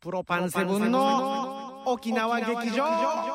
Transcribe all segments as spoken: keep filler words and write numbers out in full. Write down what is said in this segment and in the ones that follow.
プロパンセブンの沖縄劇場。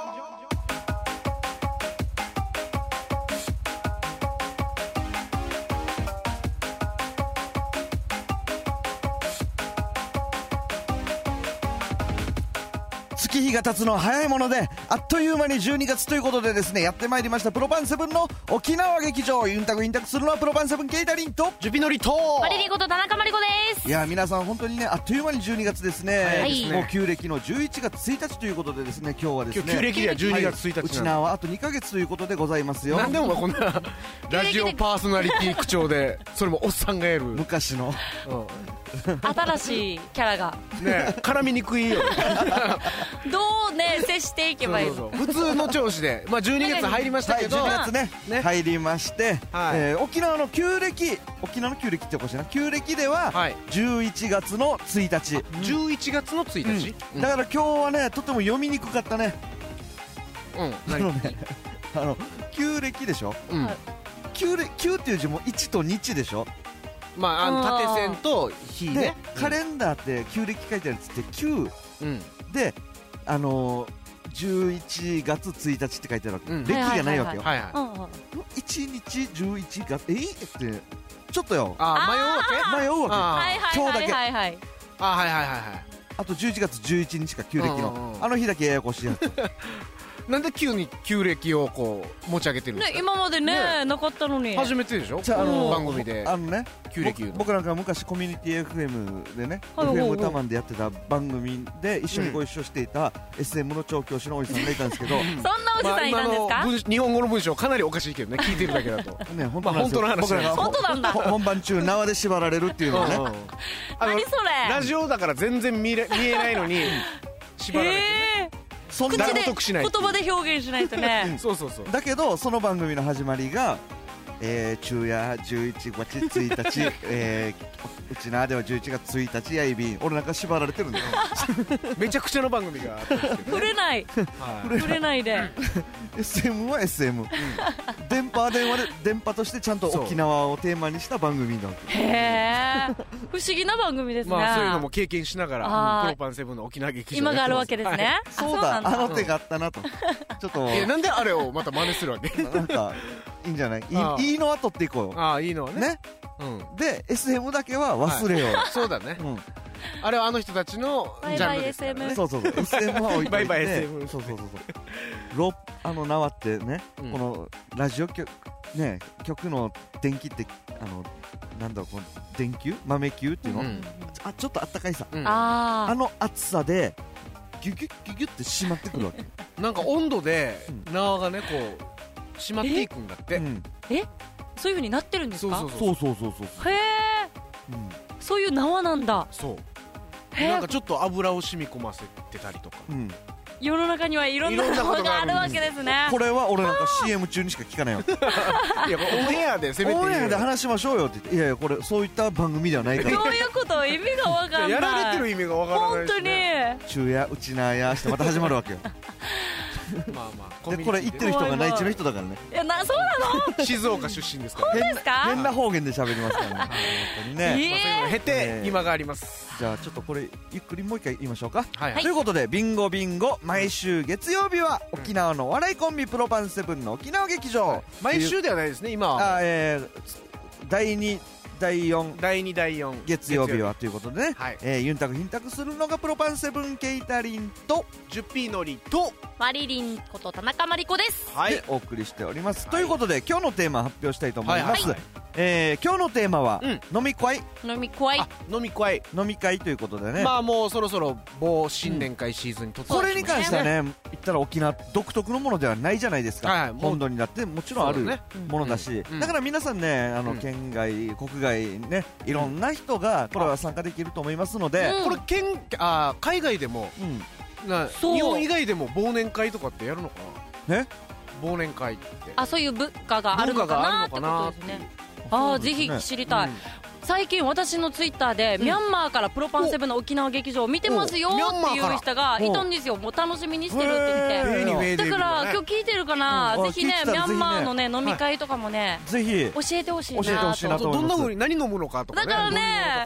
月日が経つのは早いもので、あっという間にじゅうにがつということでですね、やってまいりましたプロパンセブンの沖縄劇場。ユンタクインタクするのはプロパンセブンケイタリンとジュピノリとマリリコと田中マリコです。 いや皆さん本当にね、あっという間にじゅうにがつですね、 はい、 もう旧暦のじゅういちがつついたちということでですね、今日はですね、 旧暦ではじゅうにがつついたち、 はい、沖縄はあとにかげつということでございますよ。 なんでもこんなラジオパーソナリティ口調で、それもおっさんがやる昔の、 うん、 新しいキャラがね、絡みにくいよどうね接していけばいいの。 そうそうそう、普通の調子で、まあ、じゅうにがつ入りましたけど、 はい、じゅうにがつね、ね入りまして、 はい、 えー、沖縄の旧暦、沖縄の旧暦っておかしいな、旧暦ではじゅういちがつのついたち、 じゅういちがつのついたち、 うん、だから今日はねとても読みにくかったね。 うん、 あのねあの旧暦でしょ、 うん、 旧暦、旧っていう字もいちと日でしょ。 まあ、あの縦線と日ね、 でカレンダーって旧暦書いてあるやつってきゅう、 うん、 であのー、じゅういちがつついたちって書いてあるわけ、うん、暦がないわけよ。 はいはいいちにちじゅういちがつえー、ってちょっとよ、 あ迷うわけ迷うわけ、 はいはい今日だけ、 はいはいはい、 あはいはいはいはい、 あとじゅういちがつじゅういちにちか旧暦の、 うんうん、 あの日だけややこしいやつなんで急に旧暦をこう持ち上げてるんですか、 ね、今まで ね, ねなかったのに初めてでしょ、 じゃあ、あのー、 番組であのね、 旧暦の僕なんか昔コミュニティ エフエム でね、 はいはいはい、 エフエム タマンでやってた番組で一緒にご一緒していた エスエム の調教師のおじさんがいたんですけど、 そんなおじさんいたんですか、 まあ、日本語の文章かなりおかしいけどね、聞いてるだけだとね、本当なんですよ、 まあ、本当の話僕らが本当なんだ本番中縄で縛られるっていうのはね、 うんうん、 何それ、 ラジオだから全然見れ見えないのに縛られて、ね、 そんな口で言葉で表現しないとねそうそうそう、 だけどその番組の始まりが、えー、昼夜じゅういちがつついたち、えー、うちなではじゅういちがつついたちやいびん、俺なんか縛られてるんだよめちゃくちゃの番組があったんですけど、ね、 触れない、はい、触れないでエスエム は エスエム、うん、電波は電話で電波としてちゃんと沖縄をテーマにした番組なわけ。 へー不思議な番組ですね。 まあそういうのも経験しながらプロパンセブンの沖縄劇場今があるわけですね、はい、 そうだ、あの手があったなと、ちょっとえなんであれをまた真似するわけなんかいいんじゃない、いい, いいのは取っていこうよ。 ああいいのはね, ね、うん、で エスエム だけは忘れよう、はい、 そうだね、うん、あれはあの人たちのジャンルですからね。 バイバイ エスエム、 そうそうそう、エスエム は置いといて、 バイバイ エスエム、 そうそうそうそう、あの縄ってね、うん、このラジオ局ね、局の電気ってあのなんだろう、この電球豆球っていうの、うん、あちょっとあったかいさ、うん、あ, あの熱さでギュギュッギュギュッってしまってくるわけなんか温度で縄がねこうしまっていくんだって。 え、えそういう風になってるんですか。 そうそうそうそうそう、 へえ、うん、そういう縄なんだ。 そうなんかちょっと油を染み込ませてたりとか、うん、 世の中にはいろんなことがあるわけですね。 これは俺なんか シーエム 中にしか聞かないよいやオンエアでせめてオンエアで話しましょうよって言って、いやいやこれそういった番組ではないからどういうこと、意味がわかんない、 やられてる意味がわからないし、ね、 本当に中やうちなやしてまた始まるわけよまあまあでこれ言ってる人が内地の人だからね。 いやな、そうなの静岡出身ですから。 本当ですか。 変な方言で喋りますからね本当にね、 えーまあ、そういうのを経て今があります。 じゃあちょっとこれゆっくりもう一回言いましょうか、 はいはい、 ということでビンゴビンゴ、毎週月曜日は沖縄の笑いコンビプロパンセブンの沖縄劇場、はい、 毎週ではないですね今は。 あ、えー、だいにだいよんだいにだいよん月曜日はということでね、 はい、 えー、ユンタクヒンタクするのがプロパンセブンケイタリンとジュピーノリとマリリンこと田中真理子です、 はい、 でお送りしております、はい、ということで今日のテーマ発表したいと思います、はいはい、えー、今日のテーマは、うん、飲み会飲み会飲み会飲み会ということでね、 まあもうそろそろ某新年会シーズンに突入しました、 これに関してはね、言ったら沖縄独特のものではないじゃないですか、はい、本土になってもちろんあるものだし、ね、うん、だから皆さんね、あの県外、うん、国外ね、いろんな人がこれは参加できると思いますので、 うん、これ県あ海外でも、うんな日本以外でも忘年会とかってやるのかな。 え忘年会ってあ、そういう文化があるのかなってことですね。ああ、ぜひ知りたい、うん、最近私のツイッターで、うん、ミャンマーからプロパンセブンの沖縄劇場を見てますよっていう人がいたんですよ。もう楽しみにしてるって言って、だから今日聞いてるかな、うん、ぜひねミャンマーのね飲み会とかもね、 ぜひ教えてほしいな。 教えてほしいなと思います。 どんな風に何飲むのかとかね、 だからね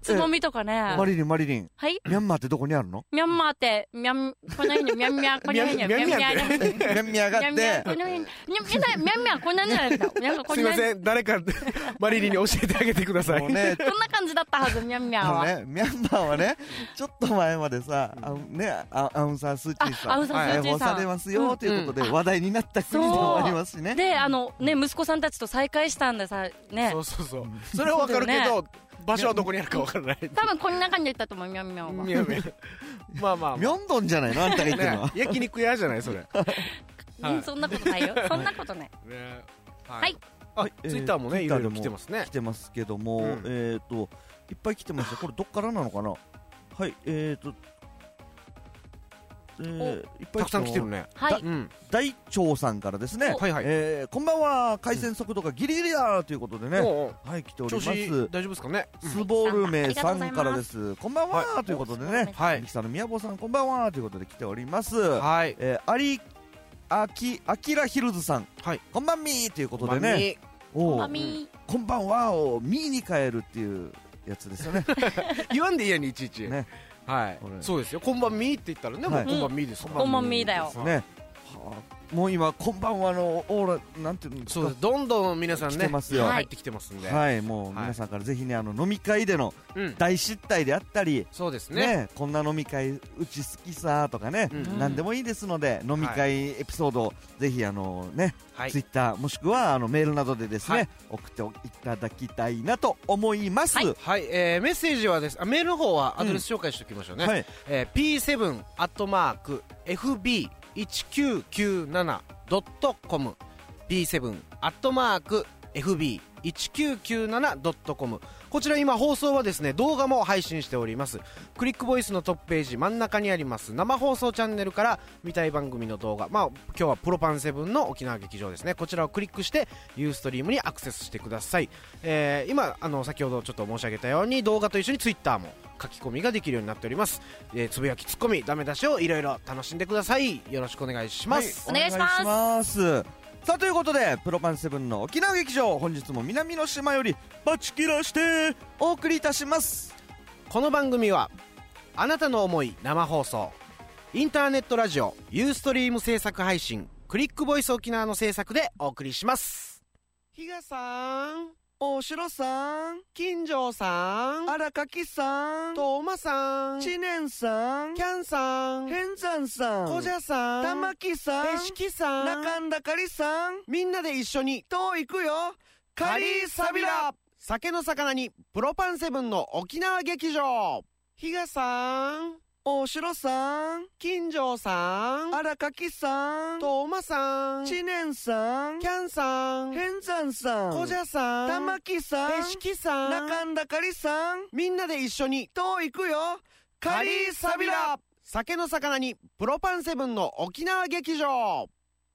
つぼみとかね。 マリリンマリリン、 はい、 ミャンマーってどこにあるの？ ミャンマーってミャンこの辺にミャンミャンこの辺にミャンミャンミャンミャンがあってミャンこの辺にミャンミャンミャンこんなんじゃないですか。 すいません、誰かマリリンに教えてあげてください。 もうね、 こんな感じだったはず。ミャンミャンはね、ミャンマーはね、ちょっと前までさ、あのね、あアウンサンスーチーさんアウンサンスーチーさん解放されますよということで話題になった国でもありますしね。 で、あのね、息子さんたちと再会したんでさね。 そうそうそう、それはわかるけど、場所はどこにあるかわからない。 多分この中にいたと思う。ミャンミャンは。 ミャンミャンまあまあ、 ミョンドンじゃないの、あんたが言ってるのは。 焼肉屋じゃないそれ。 そんなことないよ。そんなことない。はい。 あ、ツイッターもね、いろいろ来てますね。 来てますけども、えっといっぱい来てますよ。これどっからなのかな。はい、えっとえー、いっぱいたくさん来てるね。 はい、 大腸さんからですね、 はいはい、 えー、こんばんは、回線速度がギリギリだということでね、はい、来ております。 大丈夫ですかね。 スボルメさんからです。こんばんはということでね、はい、ミキさんの宮坊さんこんばんはということで来ております。はい、えー、アリアキアキラヒルズさん、はい、こんばんみーということでね、 こんばんみー、こんばんはをみーに変えるっていうやつですよね。 言わんでいいやにいちいちね。はい、そうですよ。こんばんみーって言ったらね、もうこんばんみーです。 こんばんみーだよ。 ね。もう今こんばんはのオーラなんていうんですか。 そうです。どんどん皆さんね入ってきてますんで。 はい、もう皆さんからぜひね、あの飲み会での大失態であったり、 そうですね。 こんな飲み会うち好きさとかね、なんでもいいですので、飲み会エピソードをぜひあのね、ツイッターもしくはあのメールなどでですね送っていただきたいなと思います。 はい、メッセージはです、メールの方はアドレス紹介しておきましょうね。ピーセブン アットマーク エフビーいちきゅうきゅうなな ドットコム ピーセブン アットマーク エフビーいちきゅうきゅうなな ドットコム。 こちら今放送はですね、動画も配信しております。クリックボイスのトップページ真ん中にあります生放送チャンネルから見たい番組の動画、まあ今日はプロパンセブンの沖縄劇場ですね、こちらをクリックしてユーストリームにアクセスしてください。えー、今あの先ほどちょっと申し上げたように動画と一緒にツイッターも書き込みができるようになっております。えー、つぶやきツッコミダメ出しをいろいろ楽しんでください。よろしくお願いします。 はい、お願いします。 さあということでプロパンセブンの沖縄劇場、本日も南の島よりバチキラしてお送りいたします。 この番組はあなたの思い生放送、インターネットラジオユーストリーム制作配信クリックボイス沖縄の制作でお送りします。比嘉さん、 大城さん、 金城さん、 荒垣さん、 トーマさん、 知念さん、 キャンさん、 変山さん、 小者さん、 玉木さん、 へしきさん、 中んだかりさん、 みんなで一緒にと行くよカリーサビラ、酒の魚にプロパンセブンの沖縄劇場。比嘉さん、 大城さん、 金城さん、 荒垣さん、 トーマさん、 知念さん、 キャンさん、 変山さん、 小者さん、 玉木さん、 へしきさん、 中んだかりさん、 みんなで一緒にと行くよカリーサビラ、酒の魚にプロパンセブンの沖縄劇場。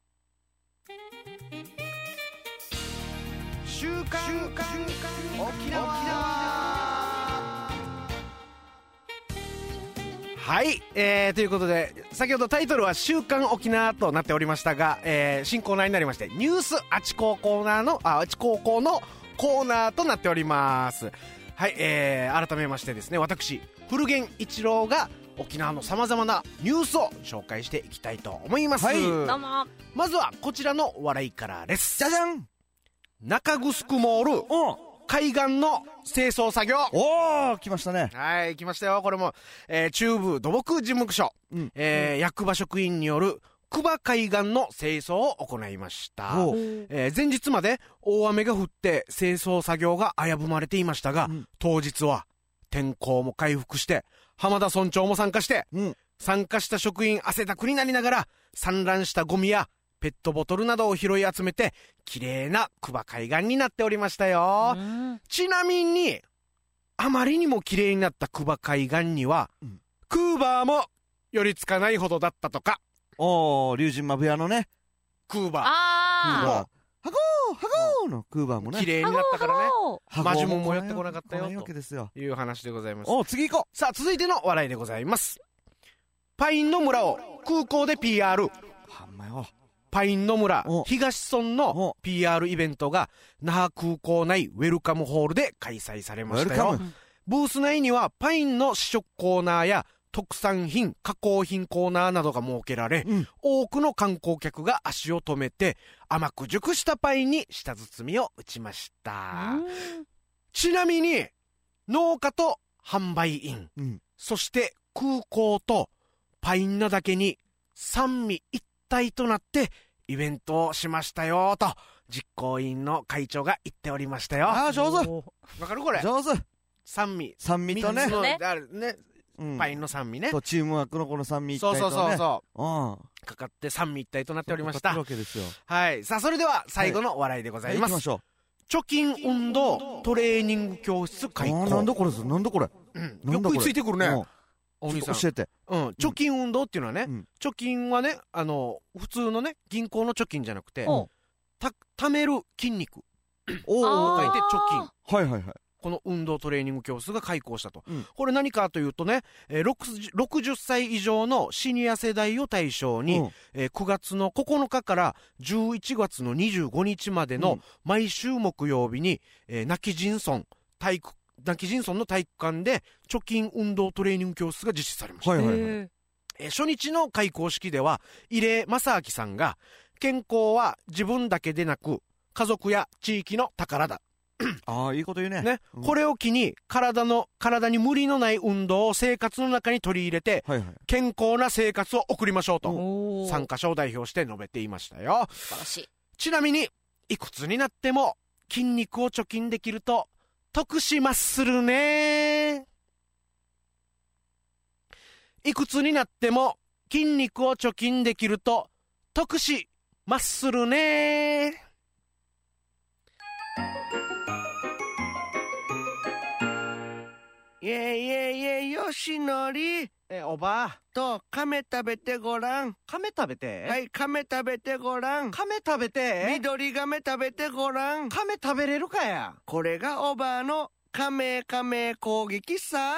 週刊沖縄。はい、えー、ということで先ほどタイトルは週刊沖縄となっておりましたが、えー、新コーナーになりましてニュースあちこコーナーのああち高校のコーナーとなっております。はい、えー、改めましてですね、私古源一郎が沖縄のさまざまなニュースを紹介していきたいと思います。はい、 どうも。 まずはこちらの話題からです。 じゃじゃん。 中城モール海岸の清掃作業。 おー、来ましたね。 はい、来ましたよ。これも、えー、中部土木事務所、うん、えーうん、役場職員による久場海岸の清掃を行いました。えー、前日まで大雨が降って清掃作業が危ぶまれていましたが、うん、当日は天候も回復して浜田村長も参加して、うん、参加した職員汗だくになりながら散乱したゴミやペットボトルなどを拾い集めて綺麗な久場海岸になっておりましたよ。ちなみにあまりにも綺麗になった久場海岸には、うん、クーバーも寄りつかないほどだったとか。 おー、龍神マブヤのねクーバー、 あー、 クーバー、ハゴーハゴーのクーバーもね綺麗になったからね、マジモンも寄ってこなかったよという話でございます。 お、次行こう。 さあ続いての話題でございます。パインの村を空港で ピーアール。 はんまよ。 パインの村東村の ピーアール イベントが那覇空港内ウェルカムホールで開催されましたよ。 ブース内にはパインの試食コーナーや特産品加工品コーナーなどが設けられ、うん、多くの観光客が足を止めて甘く熟したパインに舌包みを打ちました。ちなみに農家と販売員、うん、そして空港とパインなだけに三位一体となってイベントをしましたよと実行委員の会長が言っておりましたよ。 ああ上手。 わかるこれ。 上手。 三味三味とねねね、うん、パインの三味ねとチームワークのこの三味一体とね、 そうそうそうそう、 うん、 かかって三味一体となっておりました。 わけですよ。 はい。さあそれでは最後の笑いでございます。はい、行きましょう。貯金運動トレーニング教室開講。 あなんだこれなんだこれ、 うん、よくついてくるね。 お兄さん教えて。 うん、貯金運動っていうのはね、うん、貯金はねあの普通のね銀行の貯金じゃなくて、うん、た貯める筋肉を書いて貯金。 はいはいはい。 この運動トレーニング教室が開講したと、うん、これ何かというとね、えー、ろくじゅっさい以上のシニア世代を対象に、うんえー、くがつのここのかからじゅういちがつのにじゅうごにちまでの毎週木曜日に、えー、泣き人村体育泣き人村の体育館で貯金運動トレーニング教室が実施されました。はいはいはいえー、初日の開講式では入江正明さんが健康は自分だけでなく家族や地域の宝だああいいこと言う ね, ね、 うん、 これを機に体の体に無理のない運動を生活の中に取り入れて、はいはい、健康な生活を送りましょうと参加者を代表して述べていましたよ。 素晴らしい。 ちなみにいくつになっても筋肉を貯金できると得しまするね。いくつになっても筋肉を貯金できると得しまするね。 いえいえいえよしのりえおばと亀食べてごらん。 亀食べて。 はい亀食べてごらん。 亀食べて。 緑亀食べてごらん。 亀食べれるかや。 これがおばの亀亀攻撃さ。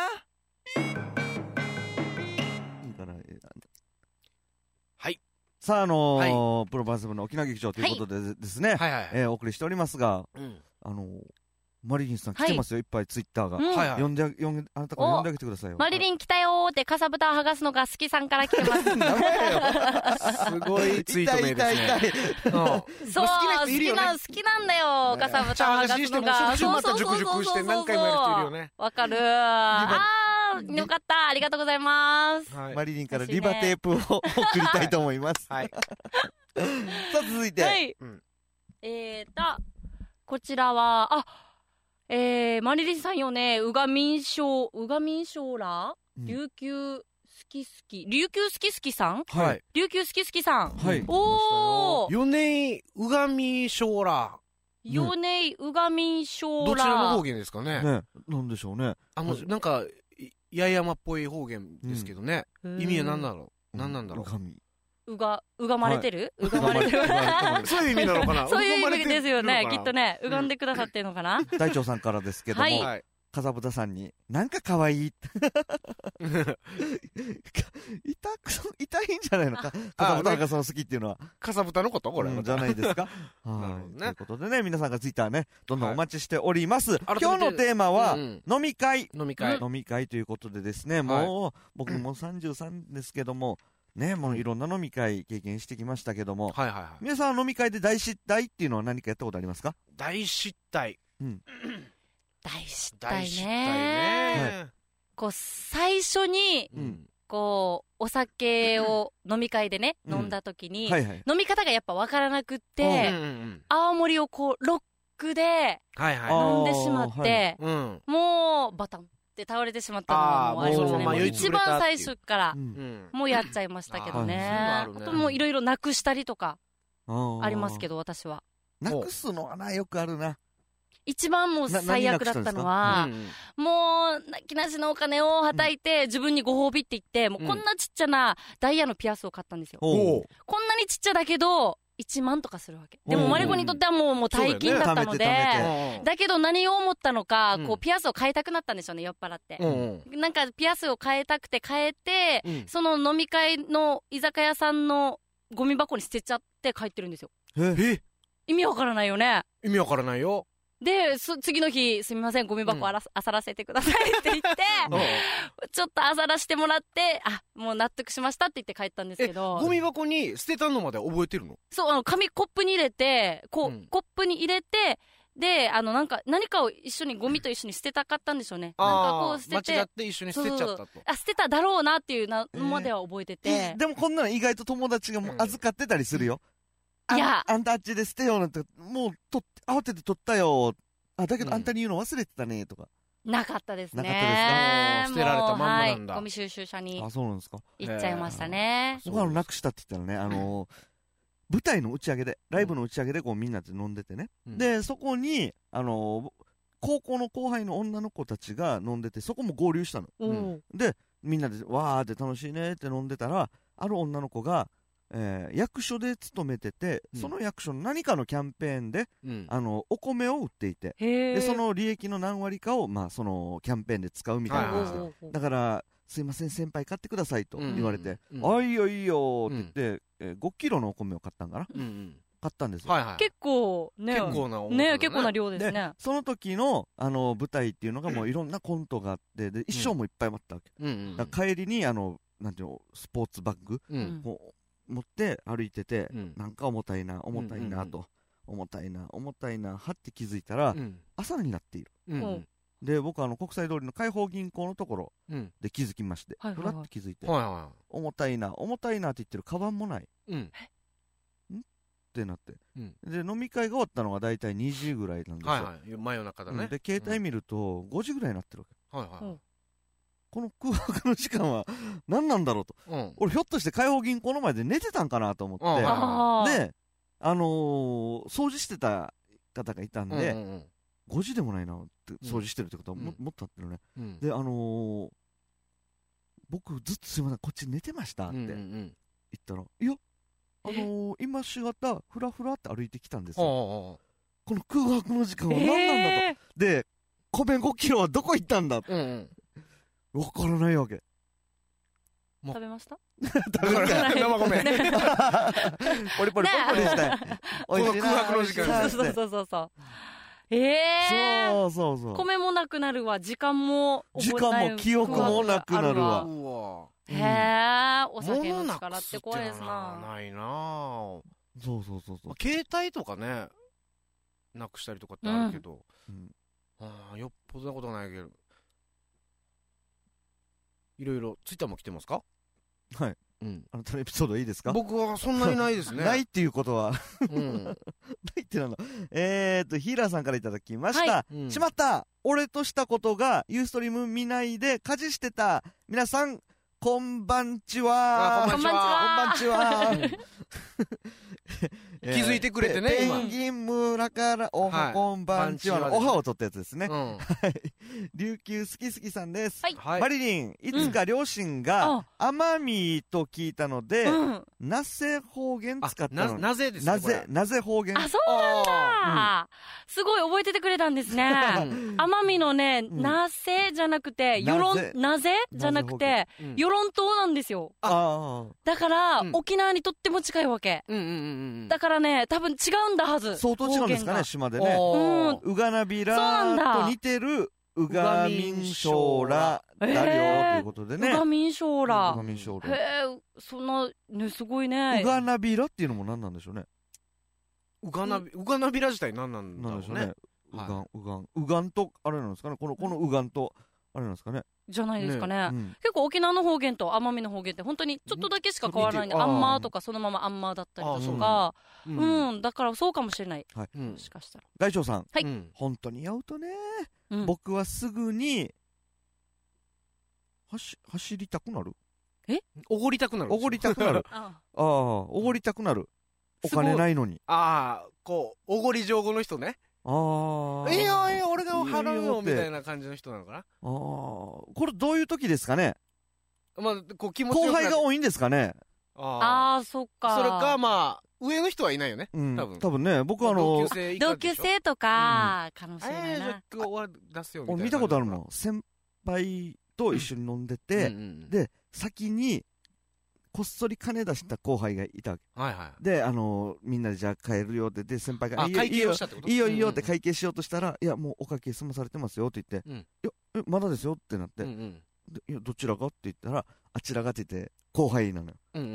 はいさああのーはい、プロパンセブンの沖縄劇場ということでですね、はいはいはいはいえー、お送りしておりますが、うん、あのーマリリンさん来てますよ、はい、いっぱいツイッターが、うんはいはい、呼んで呼んあなたから呼んであげてくださいよ。 マリリン来たよーってかさぶた剥がすのが好きさんから来てます名前よすごいツイート名ですね。 痛い痛い痛いそう好きな好きなんだよ、ね、かさぶた剥がすのが。 そうそうそうそうそう何回もやる人いるよね。 わかるあーよかったありがとうございます、 はい、マリリンからリバテープを送りたいと思いますはいさあ続いて、はいうん、 えーとこちらはあえー、マリリンさんよね、うがみんしょう、うがみんしょうら、うん、琉球好き好き、琉球好き好きさんはい。琉球好き好きさんはい。おーよねいうがみんしょうら。 よねいうがみんしょうら。 どちらの方言ですかね。 ね、なんでしょうね。 あの、なんか、八重山っぽい方言ですけどね。うん、意味は何だろう何なんだろう。うがみ。 うが、うがまれてる、はい、うがまれてるそういう意味なのかなそういう意味ですよねきっとねうがんでくださってるのかな、うん、 隊長さんからですけども、はい、かさぶたさんになんかかわいい痛く痛いんじゃないのかかさぶたがその好きっていうのはかさぶたのことこれ、 うん、じゃないですかはい、ね、ということでね皆さんがツイッターねどんどんお待ちしております、はい、今日のテーマは、うん、飲み会飲み会飲み会ということでですねもう、はい、僕もさんじゅうさんですけどもね、もういろんな飲み会経験してきましたけども、はいはいはい、皆さん飲み会で大失態っていうのは何かやったことありますか？ 大失態、うん、 大失態ね、大失態ね、はい、こう最初に、うん、こうお酒を飲み会でね、うん、飲んだ時に、はいはい、飲み方がやっぱ分からなくって、うんうんうん、青森をこうロックで飲んでしまって、はいはい、もうバタンって倒れてしまったのもありましたね。もう一番最初からもうやっちゃいましたけどね。あともういろいろなくしたりとかありますけど私は。 なくすのはなよくあるな。 一番もう最悪だったのは、もう泣きなしのお金をはたいて自分にご褒美って言って、もうこんなちっちゃなダイヤのピアスを買ったんですよ。こんなにちっちゃだけどいちまんとかするわけ。でもマリコにとってはもう、もう大金だったので、ね、だけど何を思ったのか、うん、こうピアスを変えたくなったんでしょうね酔っ払って、うん、なんかピアスを変えたくて変えて、うん、その飲み会の居酒屋さんのゴミ箱に捨てちゃって帰ってるんですよ。え意味わからないよね。 意味わからないよ。 で次の日すみませんゴミ箱あら、うん、あさらせてくださいって言ってちょっとあさらしてもらってあもう納得しましたって言って帰ったんですけどゴミ箱に捨てたのまで覚えてるの？ そうあの紙コップに入れてこう、うん、コップに入れてであのなんか何かを一緒にゴミと一緒に捨てたかったんでしょうね。なんかこう捨てて間違って一緒に捨てちゃったと。 そうそうあ捨てただろうなっていうのまでは覚えてて、えー、でもこんなの意外と友達がもう預かってたりするよ、うん、 いやあんたあっちで捨てようなんてもうと慌てて取ったよあだけどあんたに言うの忘れてたねとか、 うん、なかったですね。 なかったですか？ 捨てられたまんまなんだ、 はい、ゴミ収集車にあそうなんですか行っちゃいましたね。 僕はなくしたって言ったらねあのー舞台の打ち上げでライブの打ち上げでこうみんなで飲んでてね、うん、でそこに、あのー、高校の後輩の女の子たちが飲んでてそこも合流したの、うん、でみんなでわーって楽しいねって飲んでたらある女の子が、えー、役所で勤めてて、うん、その役所の何かのキャンペーンで、うん、あのお米を売っていてでその利益の何割かを、まあ、そのキャンペーンで使うみたいな感じで、はい、だからすいません先輩買ってくださいと言われて、うんうん、あいいよいいよって言って、うんえー、ごキロのお米を買ったんかな、うんうん、買ったんですよ、 はいはい、 結構ね結構な大きさだね、ね結構な量ですね。 でその時の、あの舞台っていうのがもういろんなコントがあってで衣装もいっぱい持ったわけ、うんうん、だから帰りにあのなんていうのスポーツバッグ、うん、こう持って歩いてて、うん、なんか重たいな重たいなと、うんうん、重たいな重たいなはって気づいたら、うん、朝になっている、うんうんで僕あの国際通りの海邦銀行のところで気づきまして、うん、ふらっと気づいて、はいはいはい、重たいな重たいなって言ってるカバンもない、うん、んってなって、うん、で飲み会が終わったのが大体にじぐらいなんですよ、はいはい、 真夜中だね、 うん、で携帯見るとごじぐらいになってるわけ、はいはい、この空白の時間は何なんだろうと、うん、俺ひょっとして海邦銀行の前で寝てたんかなと思って、うん、であのー、掃除してた方がいたんで、うんうんうんごじでもないなって掃除してるってことは も,、うん、もっとあってるね、うん、であのー、僕ずっとすいませんこっち寝てましたって言ったら、うんうん、いやあのー、今しがたふらふらって歩いてきたんですよ、この空白の時間は何なんだと、えー、で米ごキロはどこ行ったんだって、うんうん、分からないわけ。 食べました食べました生米ポリポリポリポリしたいこの空白の時間そうそうそうそうええー、 そうそうそう米もなくなるわ時間も時間も記憶もなくなるわへえ、お酒の力って怖いですな。 ないなそうそうそうそう。 携帯とかねなくしたりとかってあるけど、うん、あよっぽどなことないけどいろいろツイッターも来てますか？ はい、うん、あなたのエピソードいいですか？ 僕はそんなにないですねないっていうことは、うん、ないってなんだ。えーっとヒーラーさんからいただきました、はいうん、しまった俺としたことがユーストリーム見ないで家事してた皆さんこんばんちは。 こんばんちは。 こんばんちは。 気づいてくれてね。 ペンギン村からおはこんばんちはのおはを取ったやつですね。はい。琉球好き好きさんです。はい。マリリン、いつか両親が奄美と聞いたので、なぜ方言使ったの？ なぜですね。 なぜ、なぜ方言？ あ、そうなんだ。すごい覚えててくれたんですね。奄美のね、なぜじゃなくて、よろん、なぜじゃなくて、よろん島なんですよ。あだから、うん、沖縄にとっても近いわけ、うんうんうんうん、だからね多分違うんだはず。 相当違うんですかね島でね。うがなびらと似てるうがみんしょうらだよということでね。 うがみんしょうら。 うがみんしょうら。 へえそんなねすごいね。 うがなびらっていうのも何なんでしょうね。 うがなびうがなびら自体何なんだろうね。 なんでしょうね。うがん、はい、うがんうがんとあれなんですかね。このこのうがんとあれなんですかね。 じゃないですか ね, ね、うん、結構沖縄の方言と奄美の方言って本当にちょっとだけしか変わらないんで、あんまーとかそのままあんまーだったりとか、うん、うん、だからそうかもしれない、はい、もしかしたら。 外長さん、 はい、うん、 本当に会うとね、うん、僕はすぐに走走りたくなる。 えおごりたくなる。 おごりたくなるああおごりたくなる。お金ないのに。 ああこうおごり上手の人ね。ああ。いいよいいよ俺が払うよみたいな感じの人なのかな。ああ。 これどういう時ですかね。 まあこう気持ちよく後輩が多いんですかね。 ああそっか。 それかまあ上の人はいないよね。 うん、 多分。 多分ね僕はあの同級生同級生とか、うん、かもしれないな。 えー、出すよみたいな。 見たことあるもん。先輩と一緒に飲んでて、うん、で先にこっそり金出した後輩がいたわけ。 はいはい。 で、あのー、みんなでじゃあ帰るよって、で、先輩が、 あ、会計をしたってこと？ いいよいいよって会計しようとしたら、いや、もうお会計済まされてますよって言って、 うん、 いや、え、まだですよってなって、 うんうん、 でいや、どちらがって言ったら、あちらがって言って、後輩なのよ。 うんうん、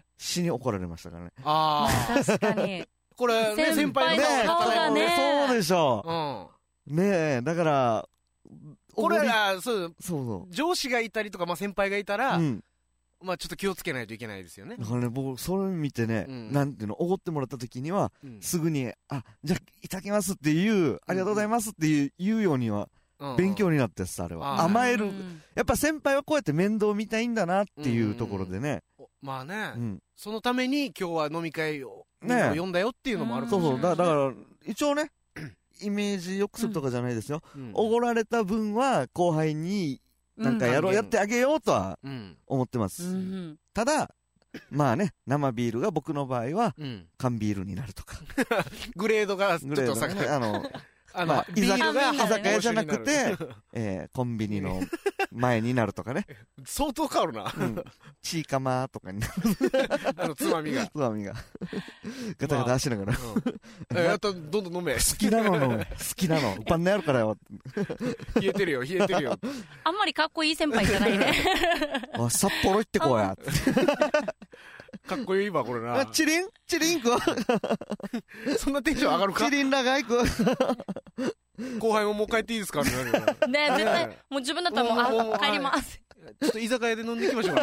死に怒られましたからね。 ああ、確かに。 これ、ね、先輩の顔がね。 そうでしょ。うん。ねえ、だから、 これは、そう、 そうそう。 上司がいたりとか、まあ先輩がいたら、 うん、 まあちょっと気をつけないといけないですよね。 だからね、僕、それ見てね、うん、なんていうの、おごってもらった時には、うん、すぐに、あ、じゃあ、いただきますっていう、ありがとうございますっていう、言うようには、勉強になってさ、あれは。甘える。やっぱ先輩はこうやって面倒見たいんだなっていうところでね。 まあね、うん、そのために今日は飲み会を、ね、呼んだよっていうのもあるかもしれない。そうそう。だから、一応ね、イメージ良くするとかじゃないですよ。おご、うん、られた分は後輩になんかやろう、うん、やってあげようとは思ってます。うん、ただ、まあね、生ビールが僕の場合は、缶ビールになるとか。 グレードがちょっと下がる。 あの、あの、まあ、居酒屋じゃなくて、えー、コンビニの前になるとかね。 相当変わるな。うん。 チーカマーとかになる。 あの、つまみが。 つまみが。ガタガタしながら。 え、やっと、どんどん飲め。 好きなの飲め。好きなの。パンネあるからよ。 冷えてるよ、冷えてるよ。 あんまりかっこいい先輩じゃないね。 あ、札幌行ってこうや。 かっこいいわ、これな。 チリンチリンくそんなテンション上がるか？ チリン長いく後輩ももう帰っていいですか？ねえ、絶対、もう自分だったらもう、あ、帰ります。 ちょっと居酒屋で飲んでいきましょうか。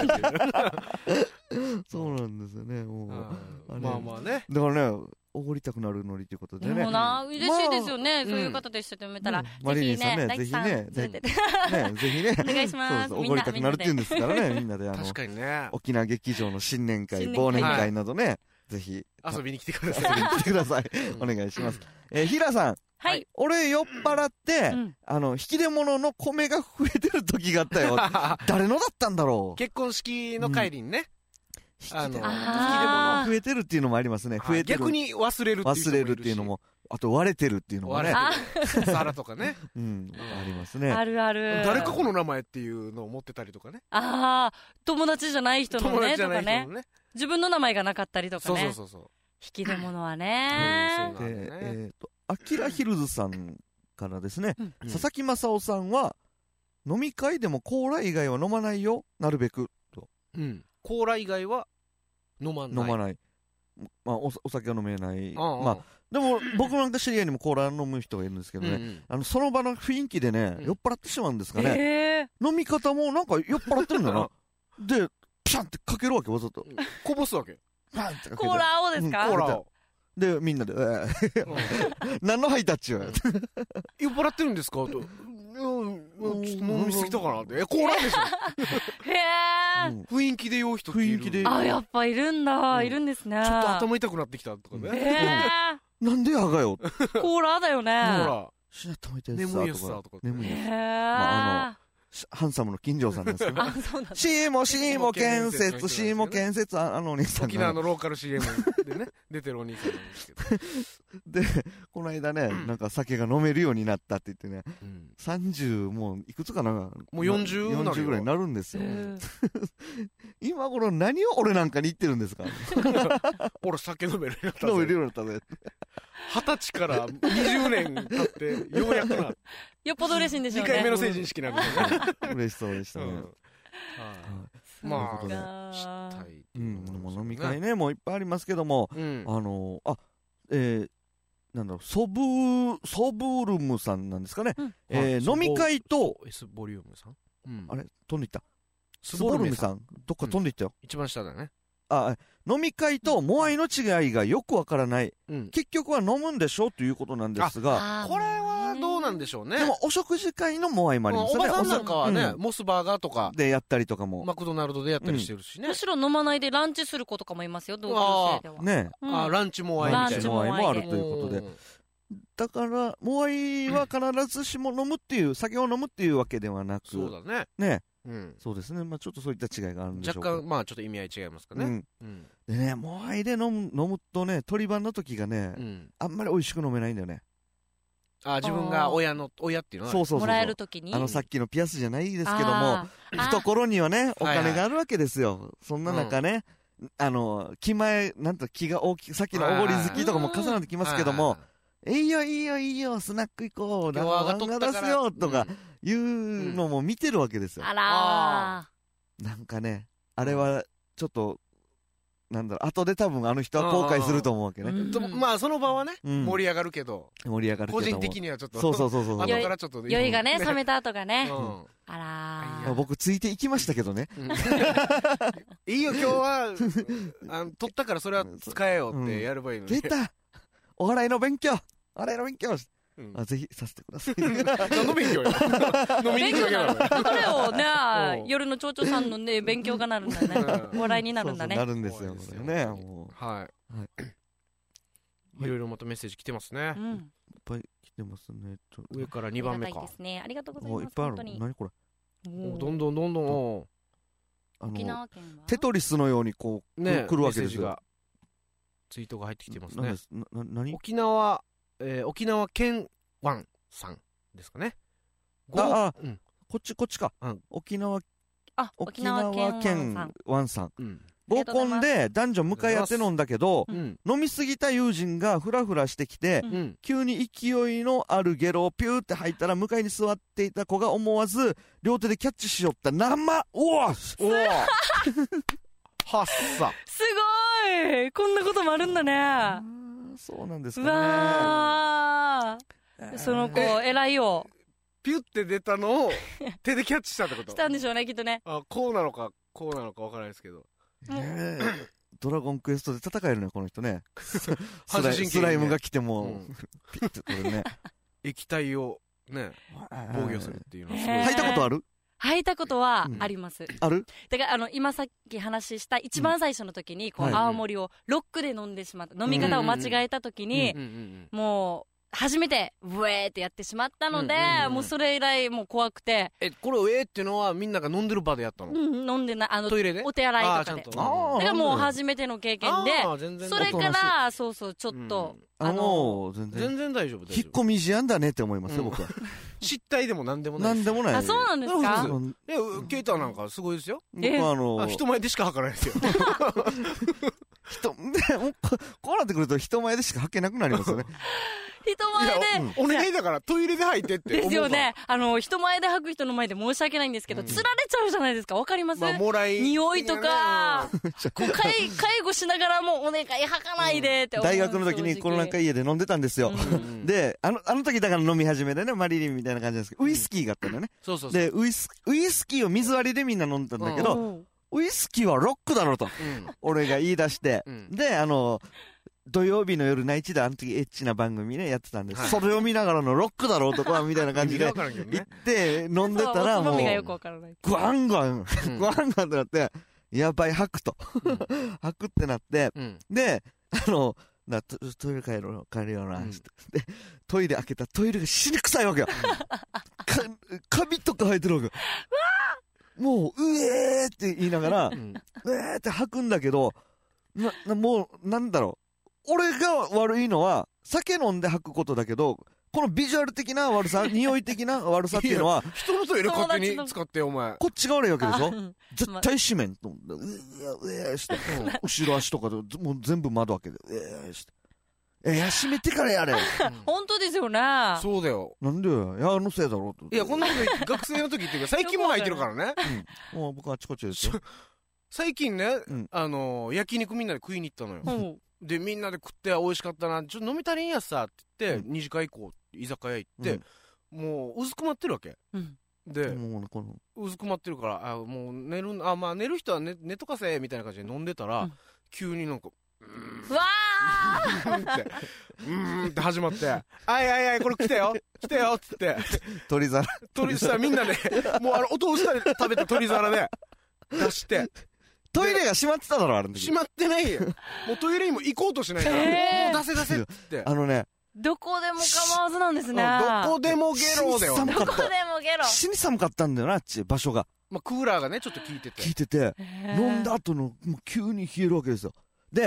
そうなんですよね、もう。 まあまあね。 だからね、おごりたくなるノリということでね。 でもな、嬉しいですよね。そういう方でしてめたら。 マリリンさんね、ぜひね、ぜひね。 お願いします。 おごりたくなるって言うんですからね、みんなで。 確かにね。 沖縄劇場の新年会、忘年会などね、ぜひ。 遊びに来てください。 遊びに来てください。お願いします。え、ひらさん。 はい。 俺酔っ払って、あの、引き出物の米が増えてる時があったよ。誰のだったんだろう。 結婚式の帰りにね。 あの、引き出物増えてるっていうのもありますね。増えてる。 逆に忘れるっていうのも。 忘れるっていうのも。あと割れてるっていうのもね。 皿とかね。 うん。ありますね。 あるある。 誰かこの名前っていうのを持ってたりとかね。 ああ、友達じゃない人のね、とかね。自分の名前がなかったりとかね。 そうそうそう。 引き出物はね。 で、えっと、アキラヒルズさんからですね、佐々木正夫さんは、飲み会でもコーラ以外は飲まないよ、なるべく。と。 うん。コーラ以外は飲まない。 飲まない。まあ、お、お酒は飲めない。まあ、でも、僕なんか知り合いにもコーラ飲む人がいるんですけどね、あの、その場の雰囲気でね、酔っ払ってしまうんですかね。飲み方もなんか酔っ払ってるんだな。で、ピシャンってかけるわけ、わざと。 こぼすわけ。 コーラをですか？ コーラを。 で、みんなで、何のハイタッチよ。 酔っ払ってるんですかと。うん、ちょっと飲みすぎたかなって。え、コーラでしょ。 へぇー。雰囲気で酔う人っている。 雰囲気で。 あ、やっぱいるんだ。いるんですね。 ちょっと頭痛くなってきたとかね。 へぇー。なんでやがよ。 コーラだよね。コーラ。 しな頭痛い眠いやつさ、とか。 眠いやつ。 へぇー。 まあ、あの、ハンサムの金城さんですけど。シーモシーモ建設、シーモ建設、あのお兄さん。 沖縄のローカル シーエム でね、出てるお兄さんなんですけど。で、この間ね、なんか酒が飲めるようになったって言ってね、さんじゅう、もういくつかな、もうよんじゅうよんじゅうぐらいになるんですよ。今頃何を俺なんかに言ってるんですか？ 俺酒飲めるようになったぜ。 飲めるようになったぜ。 二十歳からにじゅうねん経って、ようやくな。 よっぽど嬉しいんでしょうね。 にかいめの成人式なんですよね。 嬉しそうでしたね。 まあ、したい。 うん、もう飲み会ね、もういっぱいありますけども、あの、あ、えー、なんだろう、ソブー、ソブールムさんなんですかね。えー、飲み会と、 S ボリュームさん？ あれ飛んでいった。スボルムさん、どっか飛んでいったよ。 一番下だね。 あ、飲み会とモアイの違いがよくわからない、うん、結局は飲むんでしょということなんですが、 これはどうなんでしょうね。 でもお食事会のモアイもありますね。 おばさんなんかはね、うん、モスバーガーとかでやったりとかも、 マクドナルドでやったりしてるしね、 うん、むしろ飲まないでランチする子とかもいますよ、同級生では。 ね、 うん、あ、ランチモアイみたいな。 ランチモアイもあるということで、だからモアイは必ずしも飲むっていう、酒を飲むっていうわけではなく、 そうだね。 ね。うん、そうですね、まあ、ちょっとそういった違いがあるんでしょうか。 若干、まあ、ちょっと意味合い違いますかね。うんうん、でね、モアイで飲む飲むとね、鳥番の時がね、うん、あんまり美味しく飲めないんだよね。 あ、自分が親の親っていうのはそうそうそうそうもらえるときにあのさっきのピアスじゃないですけども懐にはねお金があるわけですよ、はいはい、そんな中ね、うん、あの気前なんと気が大きいさっきのおごり好きとかも重なってきますけども、いいよいいよいいよスナック行こうランガ出すよとかいうのも見てるわけですよ、 あらーなんかねあれはちょっとなんだろう後で多分あの人は後悔すると思うわけね、 うん、まあその場はね、うん、盛り上がるけど盛り上がるけど個人的にはちょっとそうそうそうそう後からちょっと酔いがね冷めた後がね、 うん、 あら僕ついていきましたけどね、 うん、いいよ今日はあの取ったからそれは使えよってやればいいのに、 うん、出たお笑いの勉強お笑いの勉強うん、あぜひさせてください何の勉強よ飲みに行くだけだそれをね夜の蝶々さんのね勉強がなるんだねお笑いになるんだねそうそうなるんですよこれねもうはい、はい、いろいろまたメッセージ来てますね、うん、いっぱい来てますね上からにばんめかですねありがとうございますいっぱいある何これどんどんどんどんあのテトリスのようにこう、ね、来るわけですよツイートが入ってきてますねなな何沖縄えー、沖縄県ワンさんですかね。 ああ、うん、こっちこっちか、うん、沖縄あ沖縄県ワンさん、うん、合コンで男女向かい合って飲んだけど、うん、飲みすぎた友人がフラフラしてきて、うん、急に勢いのあるゲロをピューって吐いたら向かいに座っていた子が思わず両手でキャッチしよった生おわおわはっさすごいこんなこともあるんだねそうなんですかね。 うわーその子偉いよピュって出たのを手でキャッチしたってことしたんでしょうねきっとねあこうなのかこうなのかわからないですけど、 ね、ドラゴンクエストで戦えるねこの人ねスライ、スライムが来ても、うん、ピッてこれね液体をね防御するっていうのはすごい履いたことある履いたことはあります、うん、 あるだからあの今さっき話した一番最初の時にこう、うん、青森をロックで飲んでしまった、飲み方を間違えた時に、うんうんうん、もう初めてウェーってやってしまったので、うんうんうん、もうそれ以来もう怖くてえこれウェーっていうのはみんなが飲んでる場でやったの、 うん、飲んでないあのトイレでお手洗いとかでだからもう初めての経験でそれからそうそうちょっと、 うん、あの全然全然大丈夫引っ込み思案だねって思いますよ、うん、僕は失態でも何でもない何でもないあそうなんですかいやケイタなんかすごいですよ僕はあのあ人前でしか履かないですよ人でもこうなってくると人前でしか履けなくなりますよね人前でお, お願いだからトイレで履いてってですよねあの人前で履く人の前で申し訳ないんですけど、うん、釣られちゃうじゃないですかわかります、 まあ、もらい匂いとか介, 介護しながらもお願い履かないでって思う、 うん、大学の時にコロナ禍家で飲んでたんですよ、うん、であのあの時だから飲み始めでねマリリンみたいな感じなんですけどウイスキーがあったんだよね、うん、 そうそうそうでウイスウイスキーを水割りでみんな飲んでたんだけど、うん、ウイスキーはロックだろと、うん、俺が言い出して、うん、であの土曜日の夜ナイチであの時エッチな番組ねやってたんです、はい、それを見ながらのロックだろ男はみたいな感じで行って飲んでたらもうグワングワングワングワンってなってやばい吐くと、うん、吐くってなって、うん、であのなト, トイレ帰ろう帰るよな、うん、でトイレ開けたトイレが死に臭いわけよ、うん、カビとか生えてるわけよもううえーって言いながら、うん、うえーって吐くんだけどななもうなんだろう俺が悪いのは酒飲んで吐くことだけどこのビジュアル的な悪さ匂い的な悪さっていうのは人のトイレ勝手に使ってお前こっちが悪いわけでしょ絶対閉めんとうえーして、うん、後ろ足とかでもう全部窓開けてうえーしてえー、閉めてからやれ、うん、 本当ですよねそうだよなんでよいやあのせいだろいやこんなこと学生の時っていうか最近も入ってるからね、 うん、もう僕はあちこちですよ最近ね、うん、あの焼肉みんなで食いに行ったのよ、うんでみんなで食って美味しかったなちょっと飲み足りんやさって言って、うん、に次会以降居酒屋行って、うん、もううずくまってるわけ、うん、でもうこのうずくまってるからあもう寝るあまあ寝る人は 寝, 寝とかせみたいな感じで飲んでたら、うん、急になんかうわーってうーんって始まってあいあいあいこれ来たよ来たよっつって鳥皿鳥皿みんなでもうあのお父さんで食べた鳥皿で出してトイレが閉まってただろあれの時閉まってないよもうトイレにも行こうとしないから、えー、もう出せ出せってあのねどこでも構わずなんですねどこでもゲロだよどこでもゲロ死に寒かったんだよなあっち場所が、 まあ、クーラーがねちょっと効いてて効いてて飲んだ後のもう急に冷えるわけですよで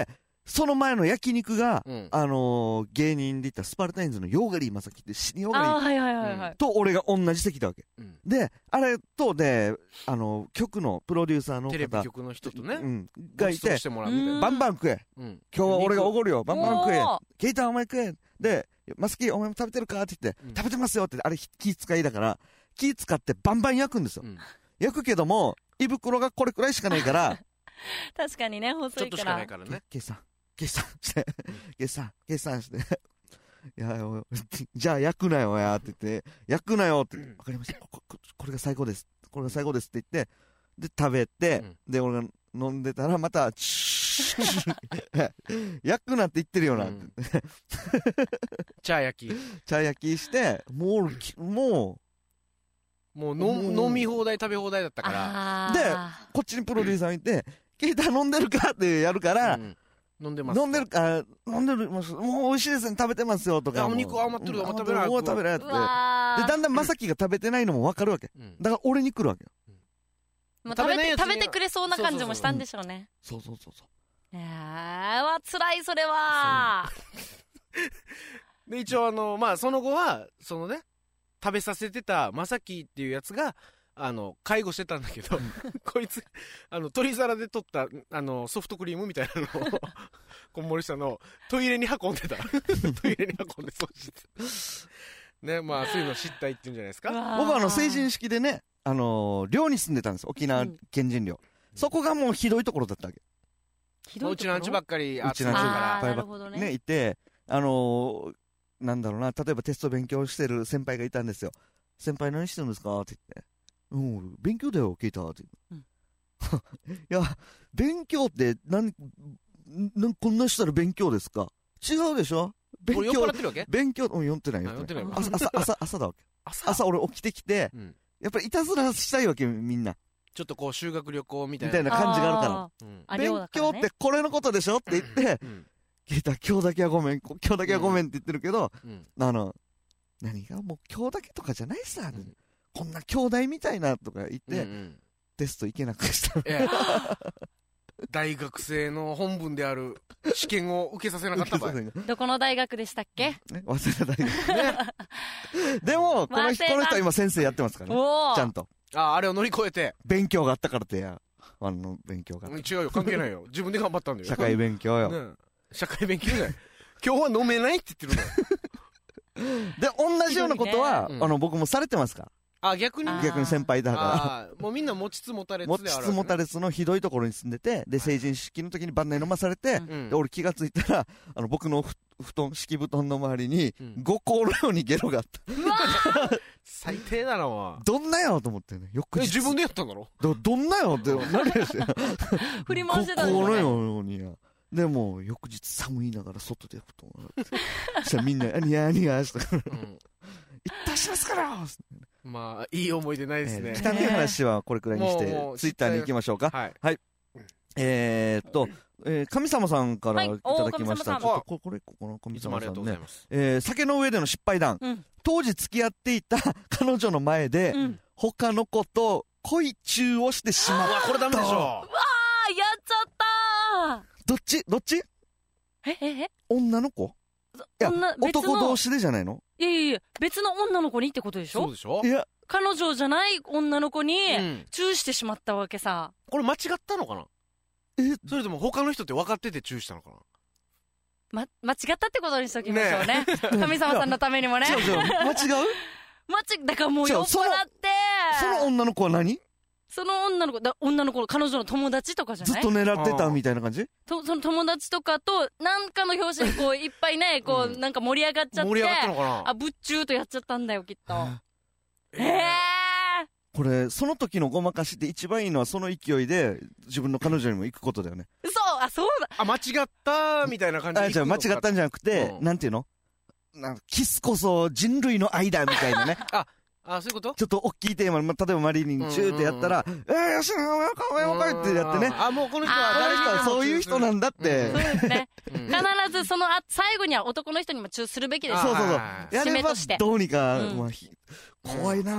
その前の焼肉が、 うんあのー芸人で言ったスパルタインズのヨーガリー正樹って死にヨーガリーあーはいはいはいはい、 と俺が同じ席だわけ。 うんで、あれとで、あの、曲のプロデューサーの方、 テレビ局の人とね、 うん、がいてご馳走し、てもらうみたいな。 バンバン食え。 うん今日は俺がおごるよ。バンバン食えおー。 ケイタお前食え。で、マスキーお前も食べてるかって言って、 うん食べてますよって、あれ気使いだから、気使ってバンバン焼くんですよ。 うん焼くけども、胃袋がこれくらいしかないから、 確かにね、細いか。 ちょっとしからないからね。 ケイさん、ケイさんして、ケイさん、ケイさんして、いや、おいじゃあ焼くなよやって言って、焼くなよって、わかりました。こここれが最高です。これが最高ですって言って、で、食べて、 うんで、俺が飲んでたら、また、チュー焼くなって言ってるよなってうんチャー焼き。 茶焼きして、もうき、ももうのもう飲み放題食べ放題だったから。 あーでう、こっちにプロデューサーいて、ケイタ飲んでるかってやるから、 うん飲んでます。 飲んでるか、飲んでる、もうもう美味しいですね、食べてますよとか。 いやお肉余ってるようんもう食べなもう食べなって。 うで、 わーだんだんまさきが食べてないのも分かるわけ。 うんだから俺に来るわけよ。 もう食べて食べないやつに食べてくれそうな感じもしたんでしょうね。 そうそうそうそう。 いやー、わ、辛い、それは。 で、一応あの、まあ、その後は、そのね、食べさせてたまさきっていうやつが、あの、介護してたんだけど、こいつ、あの、取り皿で取った、あの、ソフトクリームみたいなのを、こんもりしたのを、トイレに運んでた。トイレに運んで掃除してた。ね、まあ、そういうの失態っていうんじゃないですか。 僕はあの、成人式でね、あのー、寮に住んでたんですよ。沖縄県人寮。そこがもうひどいところだったわけ。 ひどいところうちのアンチばっかり集うちのアンチまるからあー。なるほどねね、いて、あのー、なんだろうな、例えばテスト勉強してる先輩がいたんですよ。先輩何してるんですかって言って。うん、勉強だよ、聞いた。って言って。いや、勉強って、なん、なん、こんなしたら勉強ですか？違うでしょ？勉これ酔っ強払っ、てるわけ？ 勉強、うん、酔ってない、 あ酔ってない。 酔ってない朝、朝、朝、朝だわけ。 朝朝俺起きてきて、 うんやっぱりいたずらしたいわけ、みんな。 ちょっとこう修学旅行みたいな。 みたいな感じがあるからあうんあ勉寮だからね強ってこれのことでしょって言って、 うん聞いた、今日だけはごめん、今日だけはごめんって言ってるけど、 うんあの、何がもう今日だけとかじゃないさ、 うんこんな兄弟みたいなとか言って、 うんうんテスト行けなくした。 ええ大学生の本分である試験を受けさせなかった場合。ね、 どこの大学でしたっけ？ ね、忘れた大学。でも、この人、 忘れたこの人は今先生やってますからね。 おーちゃんと。 あ、あれを乗り越えて。 勉強があったからってや。あの、勉強があっ違うよ、関係ないよ。自分で頑張ったんだた。 よ。 社会勉強よ。 ね社会勉強じゃない。今日は飲めないって言ってるのよ。 で、同じようなことは、 ひどいねあの、僕もされてますから。 あ、逆にあー逆に先輩だかあーもうみんな持ちつ持たれら。 つである持ちつ持たれつのひどいところに住んでて、で、成人式の時に晩年飲まされて、 うんで、俺気がついたら、あの、僕のふ布団、敷布団の周りにうん、 五甲のようにゲロがあった。 最低だな、お前。 どんなよと思ってね。翌日。 え自分でやったんだろ？ ど、どんなよって、なるやし。 振り回してたんです五甲のよね。 ようにや。でも、翌日寒いながら外で布団を洗って。そしたらみんな、ニヤニヤして、 うんいったしますからまあ、いい思い出ないですね。 えー汚い話はこれくらいにしもうてもう、 ツイッターに行きましょうか。 はい。 えーっと、えー神様さんからはいいただきました。 おー神様さんちょっとこれ、これ、ここの神いつもありがと様さんね。 うございます。 えー酒の上での失敗談。 うん当時付き合っていた彼女の前で、 うん。 他の子と恋中をしてしまっうわ、これダメでしょ。 あー、やっちゃったどっちどっちー。え、え、え女の子いや女、別の男同、士でじゃないのいやいやいや、別の女の子にってことでしょ？ そうでしょい。や、 彼女じゃない女の子にうんチューしてしまったわけさ。 これ間違ったのかな？ え、 それとも他の人って分かっててチューしたのかな？ ま、間違ったってことにしときましょうね。神様さんのためにもね。 違う違う、間違う間違、だからもう違う酔っ払って、 その女の子は何その女の子、だ女の子、彼女の友達とかじゃないずっと狙ってたみたいな感じとその友達とかと、なんかの表紙でこう、いっぱいね、こう、 うんなんか盛り上がっちゃって、 盛り上がったのかな？ あ、ぶっちゅーとやっちゃったんだよ、きっと。えええこれ、その時のごまかしって一番いいのはその勢いで自分の彼女にも行くことだよね。 ー、そう、あ、そうだ。 あ、間違ったみたいな感じであ、じゃあ間違ったんじゃなくて、 うんなんていうのなんかキスこそ人類の愛だみたいなね。 あ、そういうこと？ ちょっと大きいテーマ、まあ、例えばマリリンにチューってやったら、えー、よし、お前か、お前かってやってね。 あ、もうこの人はあーこの誰にでも人はそういう人なんだって。 そうですね。 うん必ずそのあ最後には男の人にもチューするべきですあそうそうそう。 はいやれば締めとしてどうにか、 うんまあひ怖いな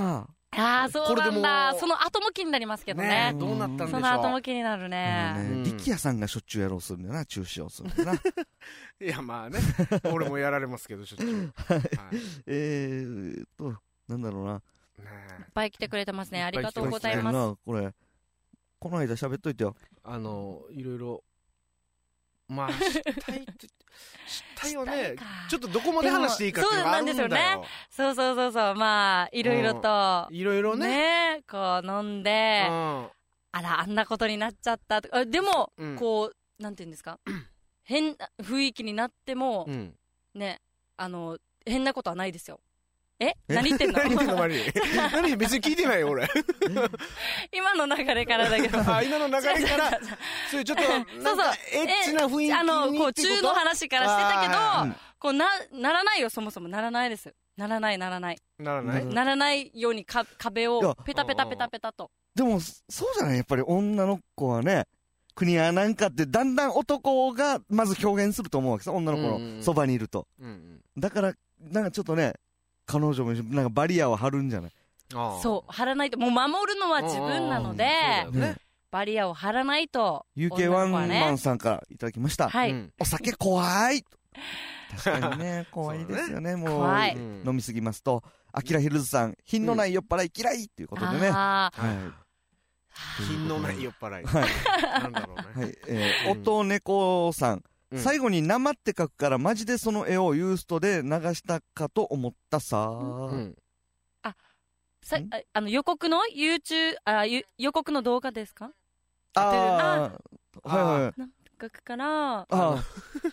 ああ、そうなんこれだ。 でもその後も気になりますけどね。 ねどうなったんでしょう。 その後も気になるあね。 のね力也さんがしょっちゅうやろうするんだよな、中止をするんだよな。 いや、まあね。俺もやられますけど、しょっちゅう。はい。 えーっと、なんだろうな。 ねいっぱい来てくれてますね。ありがとうございます。 なこれ、この間喋っといてよ。 あの、いろいろ、まあ、したいって、したいよね。ちょっとどこまで話していいかっていうのがあるんだよ。 そうなんですよね。そうそうそうそう。まあ、いろいろと。 いろいろね。 ねこう飲んで、 うん、 あら、あんなことになっちゃったとか。でも、 うん、 こう、なんていうんですか。変な雰囲気になっても、 うん、 ね、あの、変なことはないですよ。え何言ってんの何言ってんのマリー何別に聞いてないよ俺今の流れからだけどあ今の流れからそういうちょっとなんかそうそうエッチな雰囲気にあのこう中の話からしてたけど、 うん、 こうなならないよそもそもならないですならないならないならないならないようにか壁をペタペタペタペタと。 でもそうじゃないやっぱり女の子はね国はなんかってだんだん男がまず表現すると思うわけさ女の子のそばにいると、うんうん、だからなんかちょっとね彼女もなんかバリアを張るんじゃない。 あそう張らないともう守るのは自分なので、ね、バリアを張らないと。 ユーケーワン マンさんからいただきました、 はい、 お酒怖い確かにね怖いですよねもう怖い飲みすぎますと。アキラヒルズさん品のない酔っ払い嫌いっていうことでね、うん、はい、 品のない酔っ払い、 はい、 なんだろうね、 はいえー、音猫さん、うん、最後に生って書くからマジでその絵をユーストで流したかと思ったさ、うん、 あさああの予告の YouTube あ予告の動画ですか。 ああはいはい書くからああ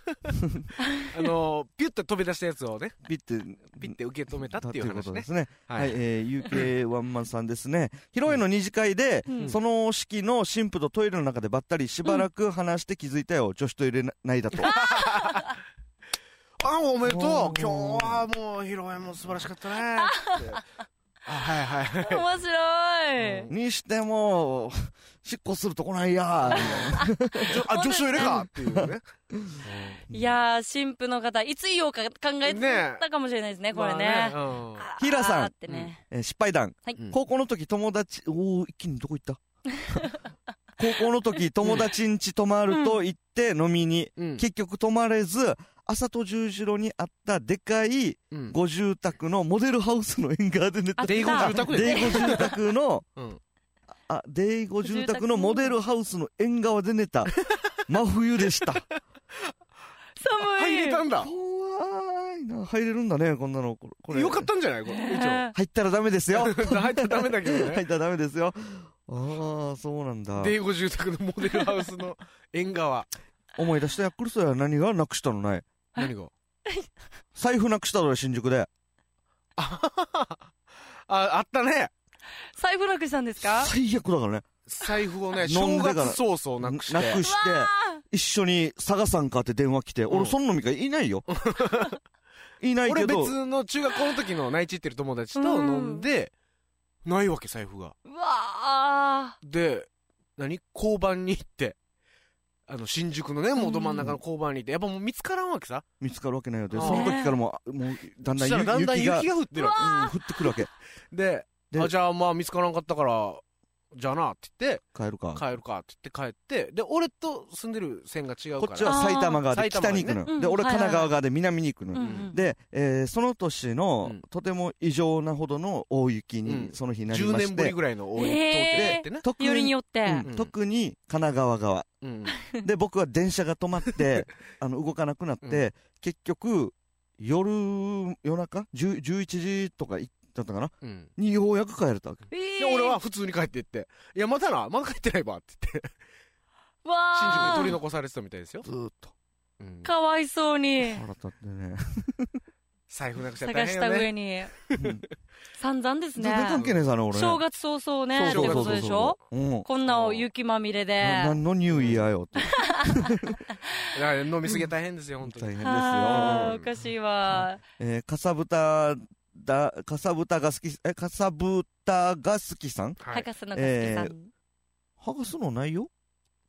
のピュッと飛び出したやつをねピッてピッて受け止めたっていう話ねですね。はい、はい、えー、ユーケーワン マンさんですね。披露宴の二次会で、うん、その式の新婦とトイレの中でばったりしばらく話して気づいたよ、うん、女子トイレないだと。 あおめでとう今日はもう披露宴も素晴らしかったねってあはいはい面白いにしてもしっこするとこないやあ女子トイレかっていうねいやー新婦の方いつ言おうか考えてたかもしれないですねこれね。 ヒラさん、 ねえー、失敗談、はい、高校の時友達おお一気にどこ行った高校の時友達ん家泊まると言って飲みに、うん、結局泊まれず朝と十字路にあったでかいご住宅のモデルハウスの縁側で寝た。 デイゴ住宅でデイゴ住宅の、うん、あデイゴ住宅のモデルハウスの縁側で寝た真冬でした。寒い。 入れたんだ。 怖いな。入れるんだねこんなのこれ。 よかったんじゃないこれ。一応入ったらダメですよ。 入ったらダメだけどね。 入ったらダメですよ。ああそうなんだ。 デイゴ住宅のモデルハウスの縁側。 思い出したヤックルスや何がなくしたのない。 何が財布なくしたの新宿で。 ああったね。 財布なくしたんですか。 最悪だからね。 財布をね正月早々なくしてなくして一緒に探さんかって電話来て、うん、俺そんな飲み会いないよいないけど俺別の中学校の時の内地行ってる友達と飲んで、うん、ないわけ財布が。 うわで何交番に行ってあの新宿のねもうど真ん中の交番に行って、やっぱもう見つからんわけさ。 見つかるわけないよ。でその時からもうもうだんだん雪がだんだん雪が降ってるわけ、うん、降ってくるわけであじゃあまあ見つからんかったからじゃあなって言って帰るか帰るかって言って帰って、で俺と住んでる線が違うからこっちは埼玉側で北に行くの、ね、で俺神奈川側で南に行くの、はいはいはい、で、えー、その年の、うん、とても異常なほどの大雪にその日なりまして、うん、 じゅうねんぶりぐらいの大雪、えー、 特によりによって、 うん、特に神奈川側、うん、で僕は電車が止まってあの動かなくなって、うん、結局夜夜中じゅういちじとか行ってだったかな、うん、にようやく帰れたわけ、 えー、で俺は普通に帰っていっていやまだなまだ帰ってないわって言って新宿に取り残されてたみたいですよずーっと、 うん、かわいそうに腹立ってね財布なくしちゃ大変よね探した上に、うん、散々ですね。 全然関係ねえさな俺ね正月早々ねってことでしょ、うん、こんなお雪まみれで何のニューイヤーよっていや飲みすぎ大変ですよ本当に大変ですよ。 おかしいわ、 えー、かさぶただかさぶたが好きえかさぶたが好きさん、 はい、剥がすのが好きさん、 えー、剥がすのないよ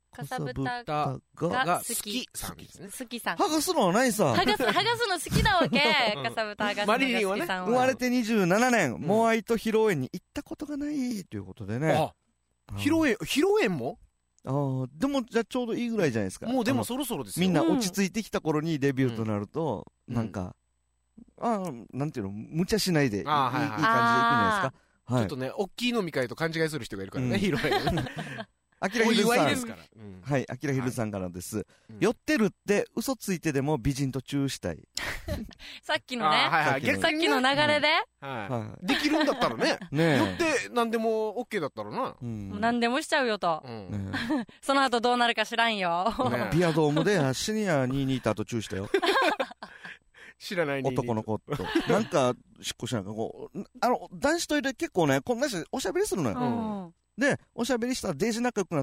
かさぶたがが好きさんですね。 好きさん。 剥がすのはないさ。 剥がす、剥がすの好きなわけ。かさぶた剥がすのが好きさんは。 生まれてにじゅうななねん、モアイと披露宴に行ったことがないということでね。 あ、披露宴、披露宴もああ、でもじゃあちょうどいいぐらいじゃないですか。 もうでもそろそろですよ。 みんな落ち着いてきた頃にデビューとなると、なんか、ああ、なんていうの、無茶しないでいい感じでいくんじゃないですか。 ちょっとね、大きい飲み会と勘違いする人がいるからね、披露宴。 あきらひるさん。 ですから。 はい、あきらひるさんからです。酔ってるって嘘ついてでも美人とチューしたい。 さっきのね、さっきの流れでできるんだったらね、酔って何でも オーケー だったらな。 何でもしちゃうよと。その後どうなるか知らんよ。 ビアドームでシニアにじゅうにターとチューしたよ。 知らない男の子と。なんか、しっこしなんかこう、あの、男子トイレ結構ね、こんな人おしゃべりするのよ。で、おしゃべりしたらデージ仲良くなって、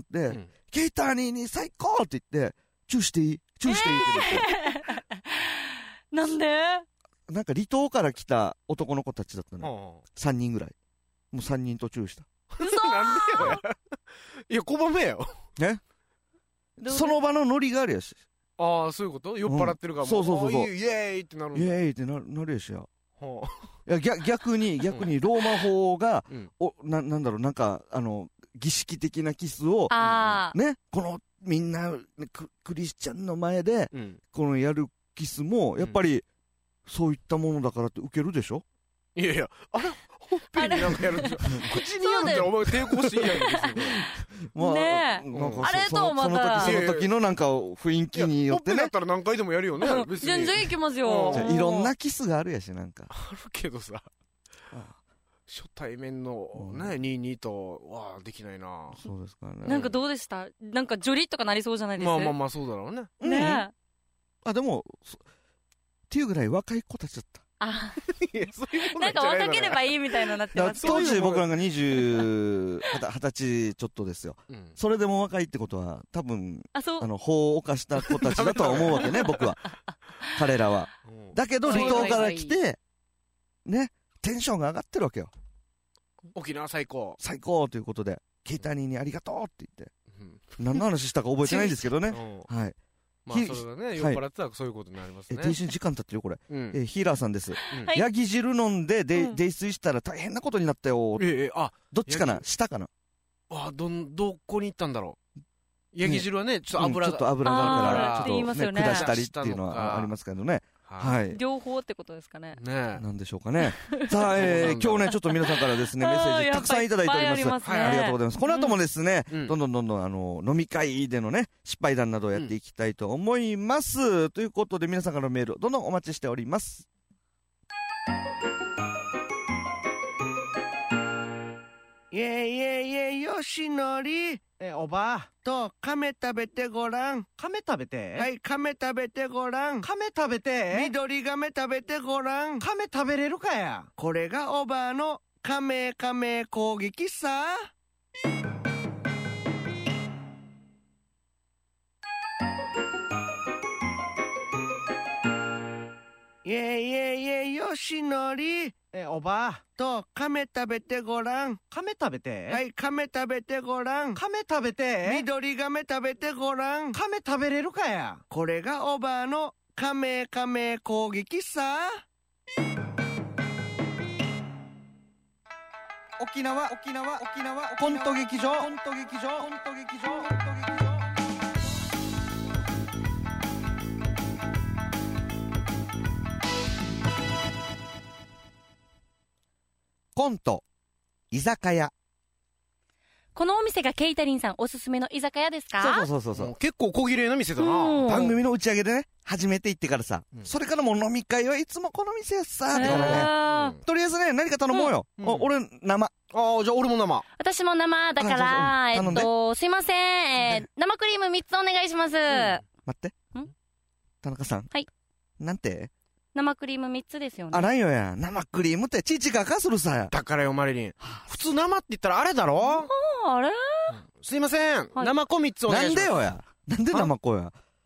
ケイターにに最高って言って、チューしていいチューしていいって言って。 なんでなんか離島から来た男の子たちだったの。さんにんぐらい。もうさんにんとチューした。 嘘なんでよ。いや、拒めよ。 ねその場のノリがあるやし。 ああ、そういうこと？酔っ払ってるから、 そうそうそうそう。 イエーイってなるんだ。 イエーイってなるやしや。いや逆逆に逆にローマ法が、おななんだろうなんかあの儀式的なキスをねこのみんなククリスチャンの前で、このやるキスもやっぱり、そういったものだからって受けるでしょ。いやいやあれほっぺになんかやるんじゃ口にやるんじゃお前抵抗していいやんですよ。 まあ、ねえ、あれとまたその時その時のなんか雰囲気によってね。 ほっぺだったら何回でもやるよね。 全然いきますよ。 いろんなキスがあるやしなんか。 あるけどさ。初対面のねにじゅうにとはできないな。 そうですかね。 なんかどうでした？なんかジョリとかなりそうじゃないですか。 まあまあまあそうだろうね。 ね。 あでもっていうぐらい若い子たちだった。 あなんか若ければいいみたいななってます。 当時僕らがにじゅう、はたちちょっとですよ。それでも若いってことは多分あの法を犯した子たちだとは思うわけね僕は。彼らは。だけど離島から来てねテンションが上がってるわけよ。 沖縄最高最高ということでケイタニーにありがとうって言って何の話したか覚えてないんですけどね。はい。 まあそれがね酔っ払ってたらそういうことになりますね。 停止時間経ってるよこれ。えヒーラーさんです。ヤギ汁飲んで泥酔したら大変なことになったよ。えあどっちかな下かな。 あどどこに行ったんだろう。ヤギ汁はねちょっと油がちょっと油があるからちょっとね下したりっていうのはありますけどね。はい。 両方ってことですかね。 ね。なんでしょうかね。さあ、えー、今日ね、ちょっと皆さんからですね、メッセージたくさんいただいております。はい、ありがとうございます。この後もですね、どんどんどんどん、あの、飲み会でのね、失敗談などをやっていきたいと思います。ということで、皆さんからのメール、どんどんお待ちしております。 イェイイェイイェイよしのり。 えおばあと亀食べてごらん。 亀食べて。 はい亀食べてごらん。 亀食べて。 緑亀食べてごらん。 亀食べれるかや。 これがおばあの亀亀攻撃さ。イェイイェイイェイよしのり。 えおばあと亀食べてごらん。 亀食べて。 はい亀食べてごらん。 亀食べて。 緑亀食べてごらん。 亀食べれるかや。 これがおばあの亀亀攻撃さ。 沖縄沖縄沖縄コント劇場コント劇場コント劇場コント劇場コント居酒屋。 このお店がケイタリンさんおすすめの居酒屋ですか？ そうそうそうそう。 結構小綺麗な店だな。 番組の打ち上げでね初めて行ってからさ、うん、それからもう飲み会はいつもこの店やさってからね。とりあえずね何か頼もうよ。うん、お俺生。 ああじゃあ俺も生。 私も生だからえっとすいません、えー、生クリームみっつお願いします。うん、 待って。ん田中さん。 はい。 なんて？ 生クリームみっつですよね。 あらんよや。生クリームってちいちがかするさや。 だからよマリリン。普通生って言ったらあれだろ？ あれ？ すいません。生子みっつお願いします。 なんでよや。なんで生子や。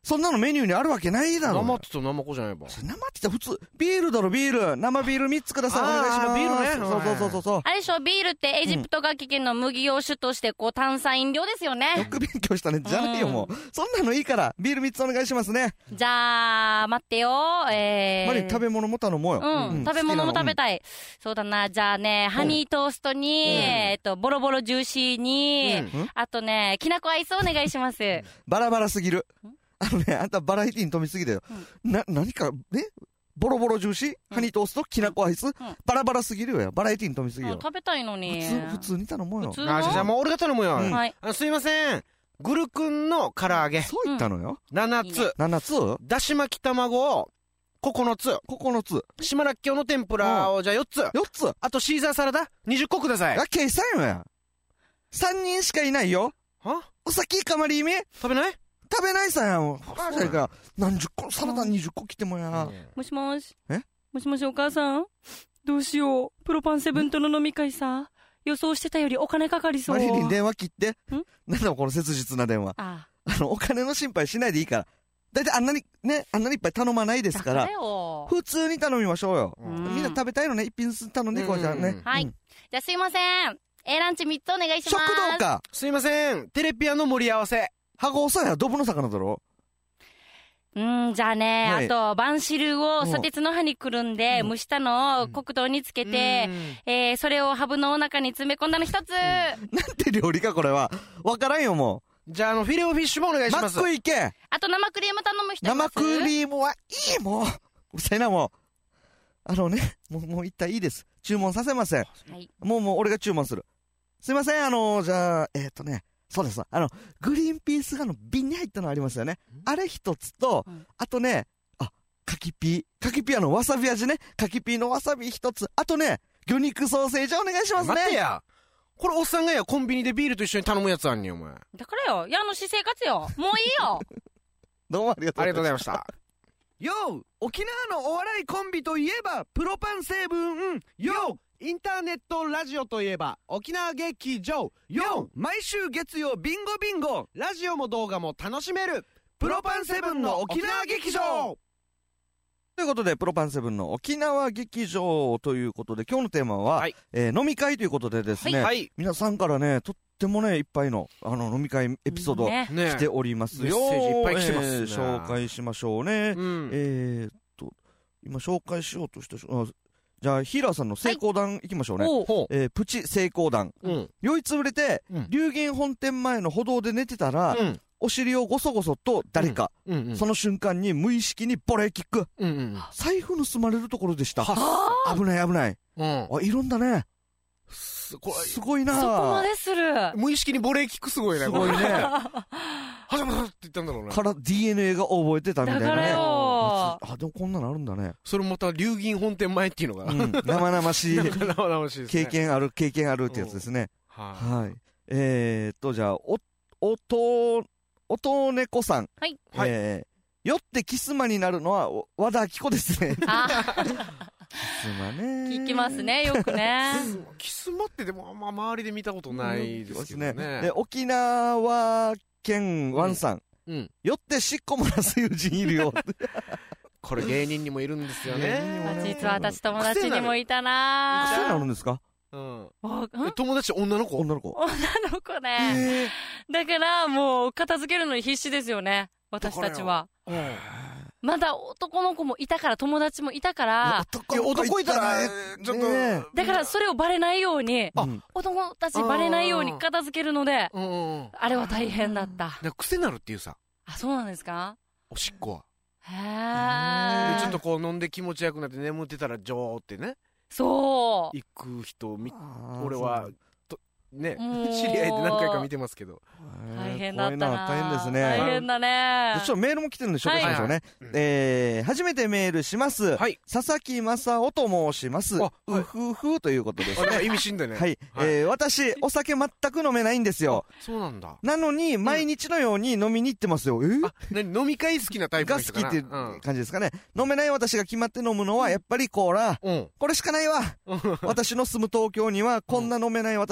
そんなのメニューにあるわけないだろ。 生って言ったら生子じゃないば。 生って言ったら普通ビールだろ、ビール。生ビールみっつください。お願いします。 ビールね。 そうそうそうそう。 あれでしょ、ビールってエジプト楽器圏の麦洋酒としてこう炭酸飲料ですよね。 よく勉強したね。じゃないよ、もう。そんなのいいから、ビールみっつお願いしますね。 じゃあ、待ってよ。えー。 マリ食べ物も頼もうよ。 うん。食べ物も食べたい。そうだな。じゃあね、ハニートーストに、えっと、ボロボロジューシーに、あとね、きなこアイスお願いします。 バラバラすぎる。あのね、あんたバラエティに富みすぎだよ。な、何か、ねボロボロジューシー、ハニートースト、きなこアイス、バラバラすぎるよ。バラエティに富みすぎよ。 食べたいのに。 普通、普通に頼もうよ。 あ、じゃあもう俺が頼むよ。 はい。 すいません。グルクンの唐揚げ。 そう言ったのよ。 ななつ。 ななつだし巻き卵をここのつ。 ここのつ。 島らっきょうの天ぷらをじゃあよっつ。 よっつ。 あとシーザーサラダにじゅっこください。 あ、計算よや。さんにんしかいないよ。 はお先かまり意味食べない食べないさやん。あ、じゃいか。何十個、サラダにじゅっこ来てもや。 もしもし。 えもしもしお母さんどうしよう。プロパンセブンとの飲み会さ。予想してたよりお金かかりそう。 マリリン電話切って。んなんだこの切実な電話。 ああの、お金の心配しないでいいから。だいたいあんなに、ね、あんなにいっぱい頼まないですから。普通に頼みましょうよ。みんな食べたいのね。一品ずつ頼んでいこうじゃんね。 はい。じゃあすいません。A ランチみっつお願いします。 食堂か。 すいません。テレピアの盛り合わせ。 ハゴさや、ドブの魚だろ。 うん、じゃあね、 はい、 あと、バンシルをソテツの葉にくるんで、蒸したのを黒糖につけて、うん、えー、それをハブのお腹に詰め込んだの一つ、うん、 なんて料理か、これは。わからんよ、もう。じゃあ、あの、フィレオフィッシュもお願いします。 マックいけ。 あと、生クリーム頼む人います？ 生クリームはいい、もう。うるさいな、もう。あのね、もう、もう一体いいです。注文させません。はい。もう、もう、俺が注文する。すいません、あの、じゃあ、えっ、ー、とね、そうです。あの、グリーンピースがの瓶に入ったのありますよね。あれ一つと、うん、あとね、あ、柿ピー。柿ピーあの、わさび味ね。柿ピーのわさび一つ。あとね、魚肉ソーセージお願いしますね。 待ってや。これおっさんがや、コンビニでビールと一緒に頼むやつあんねん、お前。 だからよ、矢の私生活よ。もういいよ。 どうもありがとうございました。 よう、沖縄のお笑いコンビといえば、プロパン成分。よう、 インターネットラジオといえば沖縄劇場。 よん毎週月曜ビンゴビンゴ。 ラジオも動画も楽しめるプロパンセブンの沖縄劇場ということで、プロパンセブンの沖縄劇場ということで、今日のテーマは、はい、えー、飲み会ということでですね、はい、皆さんからね、とってもね、いっぱいのあの飲み会エピソード、ね、来ておりますよ。 メッセージいっぱい来てますね。 えー、紹介しましょうね。うん、えーっと、今紹介しようとしたあじゃあ、ヒーラーさんの成功談いきましょうね。はい、えー、プチ成功談。うん、酔いつぶれて、うん、龍銀本店前の歩道で寝てたら、うん、お尻をごそごそと誰か、うんうんうん、その瞬間に無意識にボレーキック。うんうん、財布盗まれるところでした。危ない危ない。うん、あ、いるんだね。すごい。すごいな。 そこまでする。 無意識にボレーキックすごいね。 すごいね。 はじゃまって言ったんだろうな。 から ディーエヌエー が覚えてたみたいなね。 だからよ。 あ、でもこんなのあるんだね。 それまた龍銀本店前っていうのが、うん、 生々しい。 生々しいですね。 経験ある、経験あるってやつですね。はい。はい。えーっと、じゃあ、お、おと、おとねこさん。 はい。 えー、酔ってキスマになるのは和田アキ子ですね。あキスマね。 聞きますね、よくね。 キスマってでもあんま周りで見たことないですけどね。ねで、沖縄県ワンさん。うん。うん、酔ってしっこ漏らす友人いるよ。 これ芸人にもいるんですよね。 実は私友達にもいたなぁ。癖なるんですか？ うん。友達女の子？ 女の子。 女の子ね。だからもう片付けるのに必死ですよね。私たちは。まだ男の子もいたから、友達もいたから。 男いたら、ちょっと。 だからそれをバレないように、男たちバレないように片付けるので、あれは大変だった。 癖なるっていうさ。 あ、そうなんですか？ おしっこは。 へー。で、ちょっとこう飲んで気持ちよくなって眠ってたら、ジョーってね。 そう。 行く人、俺は、ね、知り合いで何回か見てますけど。 大変だったな。 大変ですね。 大変だね。 ちょっとメールも来てるんで紹介しましょうね。はい、えー、初めてメールします。はい、佐々木正夫と申します。はい、うふふということですね。 意味深だね。 はい。はい、えー、私、お酒全く飲めないんですよ。 そうなんだ。 なのに、毎日のように飲みに行ってますよ。うん、えあ、何飲み会好きなタイプの人かな。 が好きっていう感じですかね。うん、飲めない私が決まって飲むのは、やっぱりコーラ。うん、これしかないわ。私の住む東京には、こんな飲めない私でも楽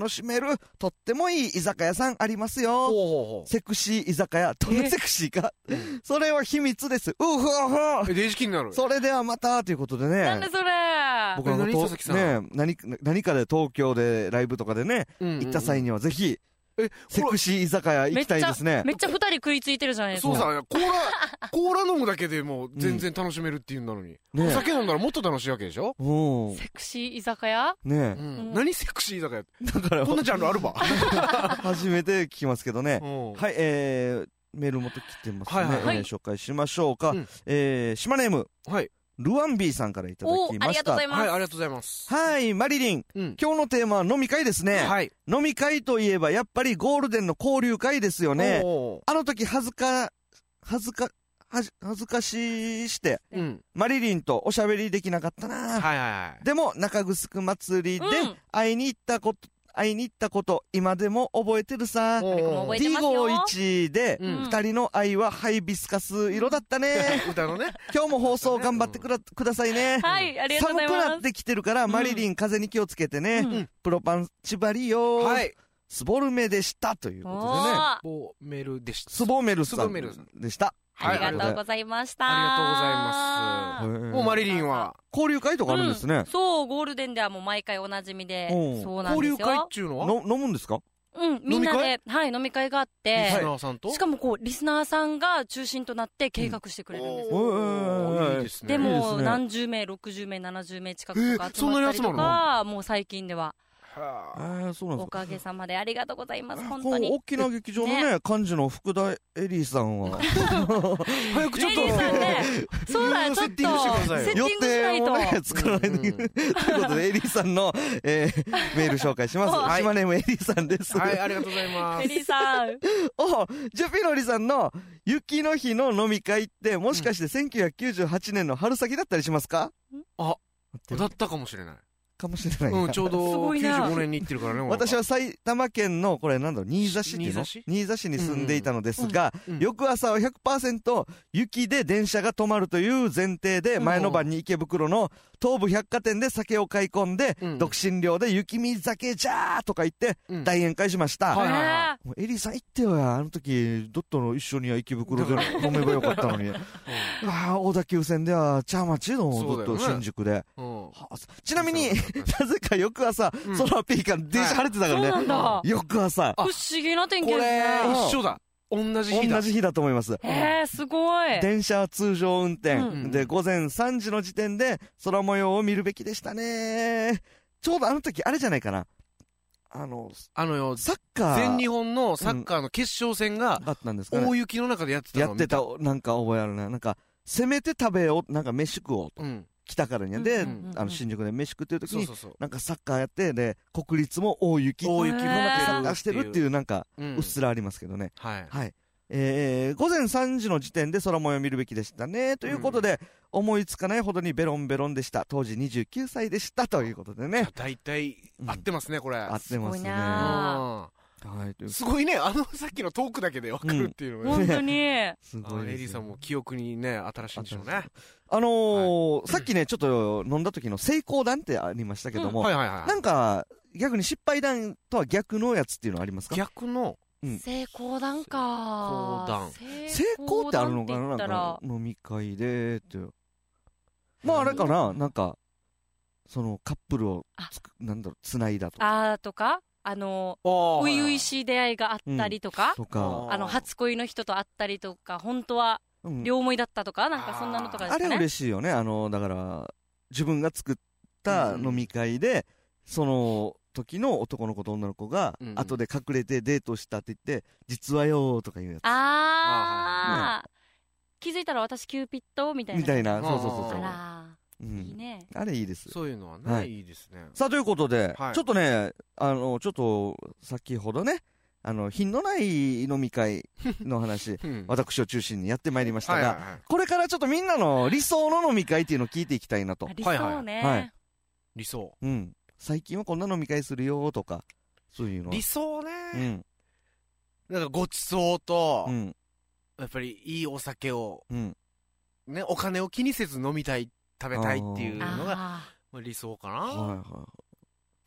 楽しめるとってもいい居酒屋さんありますよ。 ほうほうほう。 セクシー居酒屋。どのセクシーかそれは秘密です。うふふえ、電子機になる。 それではまたということでね。 なんでそれ僕は何佐々木さんね、何、何かで東京でライブとかでね、 うんうんうん行った際にはぜひ、 え、 セクシー居酒屋行きたいですね。 めっちゃ二人食いついてるじゃないですか。 そうさ、コーラ、コーラ飲むだけでもう全然楽しめるっていうんなのに。 ねお酒飲んだらもっと楽しいわけでしょ。 うん。 セクシー居酒屋ねううんん。何セクシー居酒屋。 だから、 こんなジャンルあるば。 初めて聞きますけどね。 うんはい、えー、メール元来てますね。 はいはいはいえー紹介しましょうか。 うんえー、島ネーム、 はい。 ルワンビーさんからいただおー、あきました。 りがとうございます。 はい、ありがとうございます。 はい、マリリン。 うん。 今日のテーマは飲み会ですね。 はい。 飲み会といえばやっぱりゴールデンの交流会ですよね。 おーあの時恥ずか、恥ずか、はじ恥ずかしして、 うん。 マリリンとおしゃべりできなかったな。 はいはいはい。 でも、中城祭りでうん会いに行ったこと、会いに行ったこと、今でも覚えてるさ。 僕も覚えディてますよ。 ゴいちで、 うん二人の愛はハイビスカス色だったね。 歌のね。 今日も放送頑張ってくだくださいね。 はい、ありがとうございます。 寒くなってきてるから、マリリン風に気をつけてね。 うんプロパン縛りよ。 はい。 スボルメでしたということでね。 おーボーメルでした。 スボメルさスボメルさんでした。 ありがとうございました。 ありがとうございます。もうマリリンは、 交流会とかあるんですねうん。そう、ゴールデンではもう毎回おなじみでおう、 そうなんです交流会っよ。 ちゅうのはの飲むんですか？ うん、みんなで、はい、飲み会があっリてス、ナーさんとしかもこう、リスナーさんが中心となって計画してくれるんですよ。 おーいいですね。 でいいですも、 ね何十名、ろくじゅうめい、ななじゅうめい近くとかえー集まったりとそんなか、もう最近では、 はえー、そうなんですか。 おかげさまでありがとうございます、本この当に。 大きな劇場のね、幹事の福田エリーさんは、 あ早くちょっと。 レディーさんね、そうだよ、ちょっと、 セッティングしてくださいよセッティングし予ないと。 定をね、作らないといけない。ということで、エリーさんの、えー、メール紹介します。 はい島根もエリーさんです。 はい、ありがとうございます。 レディーさん。 おジュピノリさんの雪の日の飲み会ってもしかしてせんきゅうひゃくきゅうじゅうはちねんの春先だったりしますか？ あ、だったかもしれない。 かもしれないな、 うん、ちょうすどごいなきゅうじゅうごねんに行ってるからね、俺私は埼玉県のこれなんだろう新座市っていうの新座市新座市に住んでいたのですが、 うんうん翌朝は ひゃくパーセント 雪で電車が止まるという前提でうん前の晩に池袋の東武百貨店で酒を買い込んで、 うん独身寮で雪見酒じゃーとか言ってうん大宴会しました、 はいはいはもうエリーさん行ってよやあの時ドットの一緒には池袋で飲めばよかったのにああ小田急線では茶町のそうだよねドット新宿で、 うん。 はあちなみになぜか翌朝、 うんソラピーから電車晴れてたからね、 そうなんだ。 翌朝不思議な天気ですこれね。 一緒だ。同じ日だ。 同じ日だと思いますへー、すごい。 電車は通常運転、 うんで午前さんじの時点で空模様を見るべきでしたね。ちょうどあの時あれじゃないかな、あのあのよ、 サッカー全日本のサッカーの決勝戦がだったんですかね、 大雪の中でやってたのを見やってたなんか覚えあるな、なんかせめて食べようなんか飯食おうと、 うん。 来たからにはで、 うんうんうんあの新宿で飯食ってる時にそうそうそう。 なんかサッカーやってで国立も大雪大雪もの中サッカーっしててるっていうなんかうんうっすらありますけどね、 はい。 はい。えー、午前さんじの時点で空模様を見るべきでしたね。ということで、思いつかないほどにベロンベロンでした。当時にじゅうきゅうさいでした。ということでね。 大体合ってますね、これ。 合ってすごいますね。 なうはい。といんうすごいね、あのさっきのトークだけで分かるっていうのがね。 本当に。 すごいです。 あエリーさんも記憶にね、新しいんでしょうね。 あのーさっきね、ちょっと飲んだ時の成功談ってありましたけども、 はいはいはい。 なんか、逆に失敗談とは逆のやつっていうのはありますか？ 逆の、 うん成功談か。 談成功ってあるのかな、なん成功談って言ったらか飲み会でって。まああれかな、なんか、そのカップルをつく、なんだろう、つないだとか。 あーとか、あの、 初初々しい出会いがあったりとか、 とか、 あの、初恋の人と会ったりとか、本当はうん両思いだったとか、なんかそんなのとかですあれかね。 嬉しいよね。あの、だから、自分が作った飲み会で、その時の男の子と女の子がうんう、ん後で隠れてデートしたって言って、実はよーとか言うやつ。 あー、気づいたら私キューピッドみたいな。 みたいな。 あーそうそうそうそう。 あらうー、いいん。 ね。 あれいいです。 そういうのはね、 はいいいですね。 さあ、ということで、 はいちょっとね、あの、ちょっと、先ほどね、あの、品のない飲み会の話、 うん私を中心にやってまいりましたが、 はいはいはい。 これからちょっとみんなの理想の飲み会っていうのを聞いていきたいなと。 理はいはい想ね。 はい理想。 うん。最近はこんな飲み会するよとか、そういうのは。 理想ね。 うん。 なんかごちそうとう、ん。 やっぱりいいお酒を、 うん。 ね、お金を気にせず飲みたい、食べたいっていうのがあまあ理想かな。 はいはーと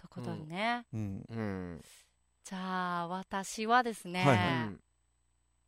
ことね、 うんうん、 じゃあ私はですね、 はいはい、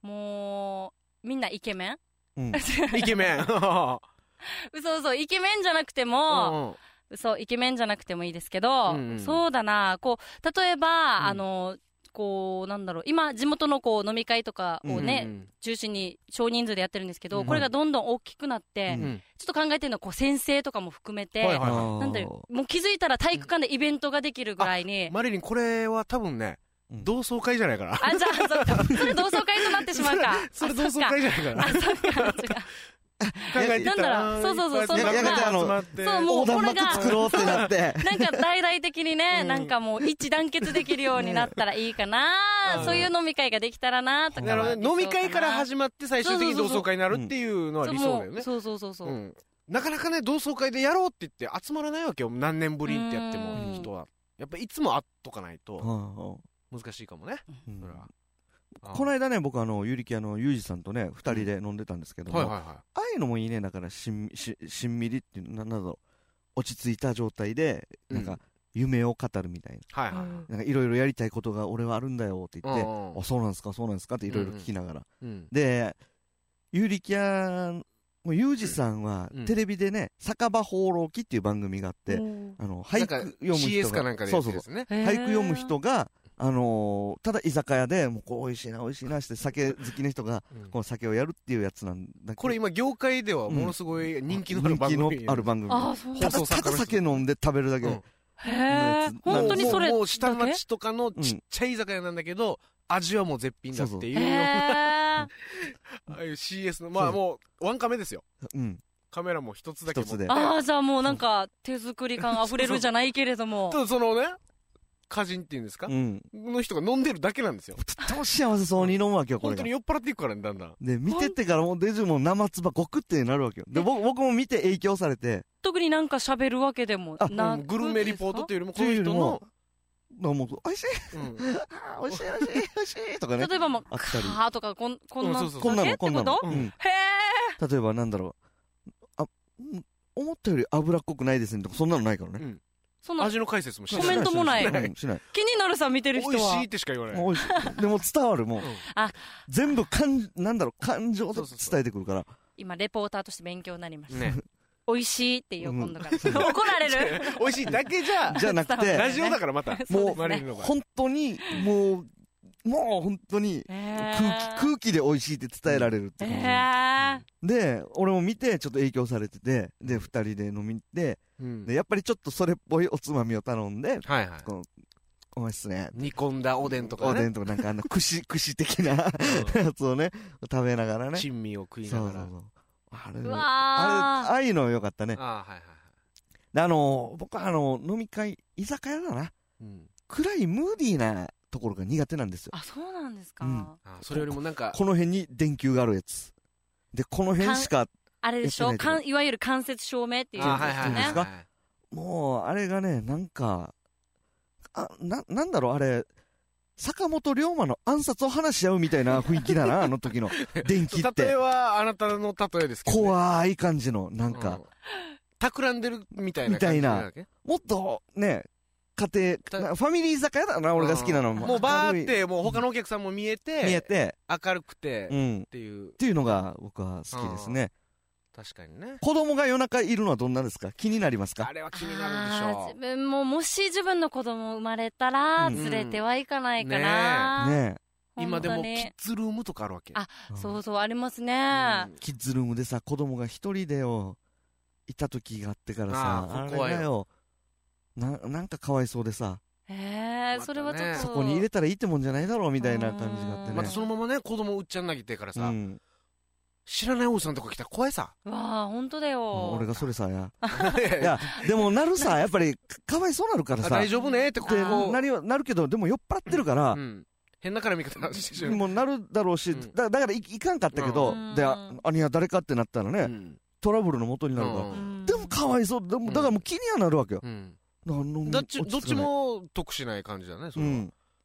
もうみんなイケメン、 うん、イケメン嘘嘘イケメンじゃなくても、うん、嘘イケメンじゃなくてもいいですけど、うんうん、そうだな、こう例えば、うん、あのこうなんだろう、今地元のこう飲み会とかをね、うんうん、中心に少人数でやってるんですけど、うん、これがどんどん大きくなって、うん、ちょっと考えてるのはこう先生とかも含めて、はいはいはい、なんだろう、もう気づいたら体育館でイベントができるぐらいに、 マリリンこれは多分ね、うん、同窓会じゃないかな。 あ、じゃあそっか、それ同窓会となってしまうか。 それ、それ同窓会じゃないかな。 あ、そっか、違う。考えてたら、そうそうそう、それが、 そう、もうこれが、作ろうってなって。 なんか大々的にね、うん、なんかもう一致団結できるようになったらいいかな、うん、そういう飲み会ができたらな、とか。 なるほどね。飲み会から始まって最終的に同窓会になるっていうのは理想だよね。 そうそうそうそう。うん、 なかなかね、同窓会でやろうって言って集まらないわけよ。何年ぶりってやっても、人は。やっぱいつも会っとかないと、難しいかもね。うん、それは。 この間ね、僕あのゆりきあのゆうじさんとねふたりで飲んでたんですけども、ああいうのもいいね。だからしんししんみりっていうなんだろう、落ち着いた状態でなんか夢を語るみたいな、はいはい、なんかいろいろやりたいことが俺はあるんだよって言って、あ、そうなんですかそうなんですかっていろいろ聞きながら、うんうん、でゆりきあゆうじさんはテレビでね、酒場放浪記っていう番組があって、あの俳句読む人が、そうそうそう、俳句読む人があのー、ただ居酒屋でもうこう美味しいな美味しいなして酒好きな人がこの酒をやるっていうやつなんだけど、 これ今業界ではものすごい人気のある番組、 人気のある番組、ただただ酒飲んで食べるだけ、うん、 へー、本当にそれもう下町とかのちっちゃい居酒屋なんだけど、うん、味はもう絶品だっていうようなああいう シーエス のまあもうワンカメですよ、うん、カメラも一つだけ持って、 ああ、じゃあもうなんか手作り感あふれるじゃないけれども、 そのね歌人っていうんですか、うん、の人が飲んでるだけなんですよ。 とっても幸せそうに飲むわけよ、これが。 本当に酔っ払っていくからね、だんだん。 で、見ててからもうデジも生唾ごくってなるわけよ。で、僕, 僕も見て影響されて。 特になんか喋るわけでもなく、 グルメリポートというよりも、この人の、 もう、美味しい、うん、美味しい、美味しい、美味しいとかね。 例えばもう、カーとかこん、こんな、 こんなの、こんなの。 うん、へー。例えばなんだろう、あ、思ったより脂っこくないですねとか、そんなのないからね。うん、 その味の解説もしない、 コメントもない、 しないしない、 気になるさ、見てる人は美味しいってしか言わない。 美味しいでも伝わる、もう、うん、あ、全部感なんだろう、感情で伝えてくるから。そうそうそう、 今レポーターとして勉強になりました、ね、美味しいっていう今度から、うん、怒られる美味しいだけじゃじゃなくてラジオだからまたもう、ね、本当にもうもう本当に空気、空気で美味しいって伝えられるって感じ、で俺も見てちょっと影響されてて、でふたりで飲みに行って、うん、でやっぱりちょっとそれっぽいおつまみを頼んで、はいはい、このおいしいっすね、 煮込んだおでんとかね、 おでんとかなんかあの串串的なやつをね食べながらね、 珍味を食いながら、そうそうそう、 あれ、あれ、ああいうのよかったね。あ、はいはいはい。で、あの、僕はあの、飲み会、居酒屋だな。うん、暗いムーディーなところが苦手なんですよ。 あ、そうなんですか。 うん、あ、それよりもなんか。 この辺に電球があるやつ。で、この辺しか。 あれでしょ、かん、いわゆる間接照明っていうやつですよね。ですか。 もう、あれがね、なんか、あ、な、なんだろう、あれ、坂本龍馬の暗殺を話し合うみたいな雰囲気だなあの時の電気って。 例えはあなたの例えですけど、ね、 怖い感じのなんか、うん、 企んでるみたいな感じなわけ。 みたいな、もっとね家庭ファミリー居酒屋だな俺が好きなの。 もうバーってもう他のお客さんも見えて、 見えて明るくて、うん、っていうっていうのが僕は好きですね。 確かにね。 子供が夜中いるのはどんなんですか？気になりますか？ あれは気になるでしょう。 自分ももし自分の子供生まれたら連れてはいかないかな、 うん、ねえ、ねえ、今でもキッズルームとかあるわけ。 あ、そうそう、ありますね、 うん、キッズルームでさ、子供が一人でよいた時があってからさ、あ, あれだよな、なんかかわいそうでさ、 へえ、それはちょっとそこに入れたらいいってもんじゃないだろうみたいな感じがあってね。 またそのままね子供売っちゃんなぎってからさ、うん、知らないおじさんとか来たら怖いさ。 わあ、本当だよ。 俺がそれさや。いや、でもなるさ、やっぱりかわいそうなるからさ。 大丈夫ねってこうなりはなるけど、でも酔っ払ってるから、うんうん、 変な絡み方してる。 もうなるだろうし、うん、だ, だからい, いかんかったけど、うん、で、あ、兄は誰かってなったらね、うん、トラブルの元になるから。うん、でもかわいそう、でもだからもう気にはなるわけよ。うん、 どっちどっちも得しない感じだね。それは。うん、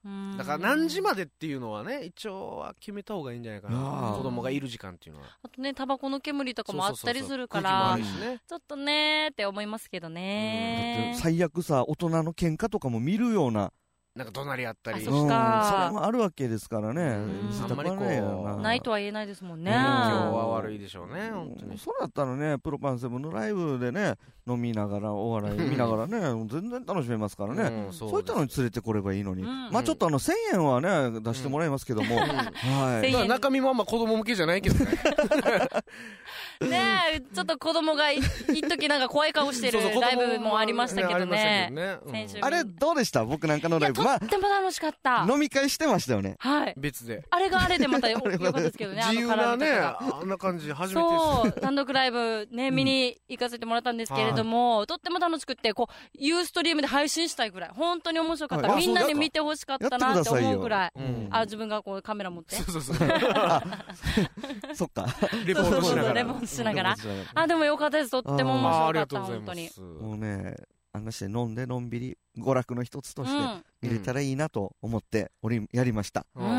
だから何時までっていうのはね一応は決めた方がいいんじゃないかな、子供がいる時間っていうのは。 あとねタバコの煙とかもあったりするからちょっとねーって思いますけどね。 だって最悪さ大人の喧嘩とかも見るようななんか怒鳴りあったり、 そっか、 それもあるわけですからね。 あんまりこうないとは言えないですもんね。 今日は悪いでしょうね本当に。 そうだったらねプロパンセブンのライブでね飲みながらお笑い見ながらね全然楽しめますからね、うん、そう, そういったのに連れてこればいいのに、うん、まあちょっとあのせんえんはね出してもらいますけども、うんはい、 だから中身もあんま子供向けじゃないけどねねえちょっと子供がい一時なんか怖い顔してるライブもありましたけどね。 あれどうでした？僕なんかのライブ。 とっても楽しかった。 飲み会してましたよね。 はい。 別で。 あれがあれでまたよかったですけどね。 自由なね、あんな感じ初めてです。 そう、単独ライブね、見に行かせてもらったんですけれども、とっても楽しくって、こう、ユーストリームで配信したいぐらい、本当に面白かった。みんなで見てほしかったなって思うぐらい。あ、自分がこうカメラ持って。 そうそうそう。 そっか。 レポートしながら。 レポートしながら。あ、でもよかったです。とっても面白かった、本当に。 もうね、あんなして飲んでのんびり娯楽の一つとして見れたらいいなと思っておりやりました、うん、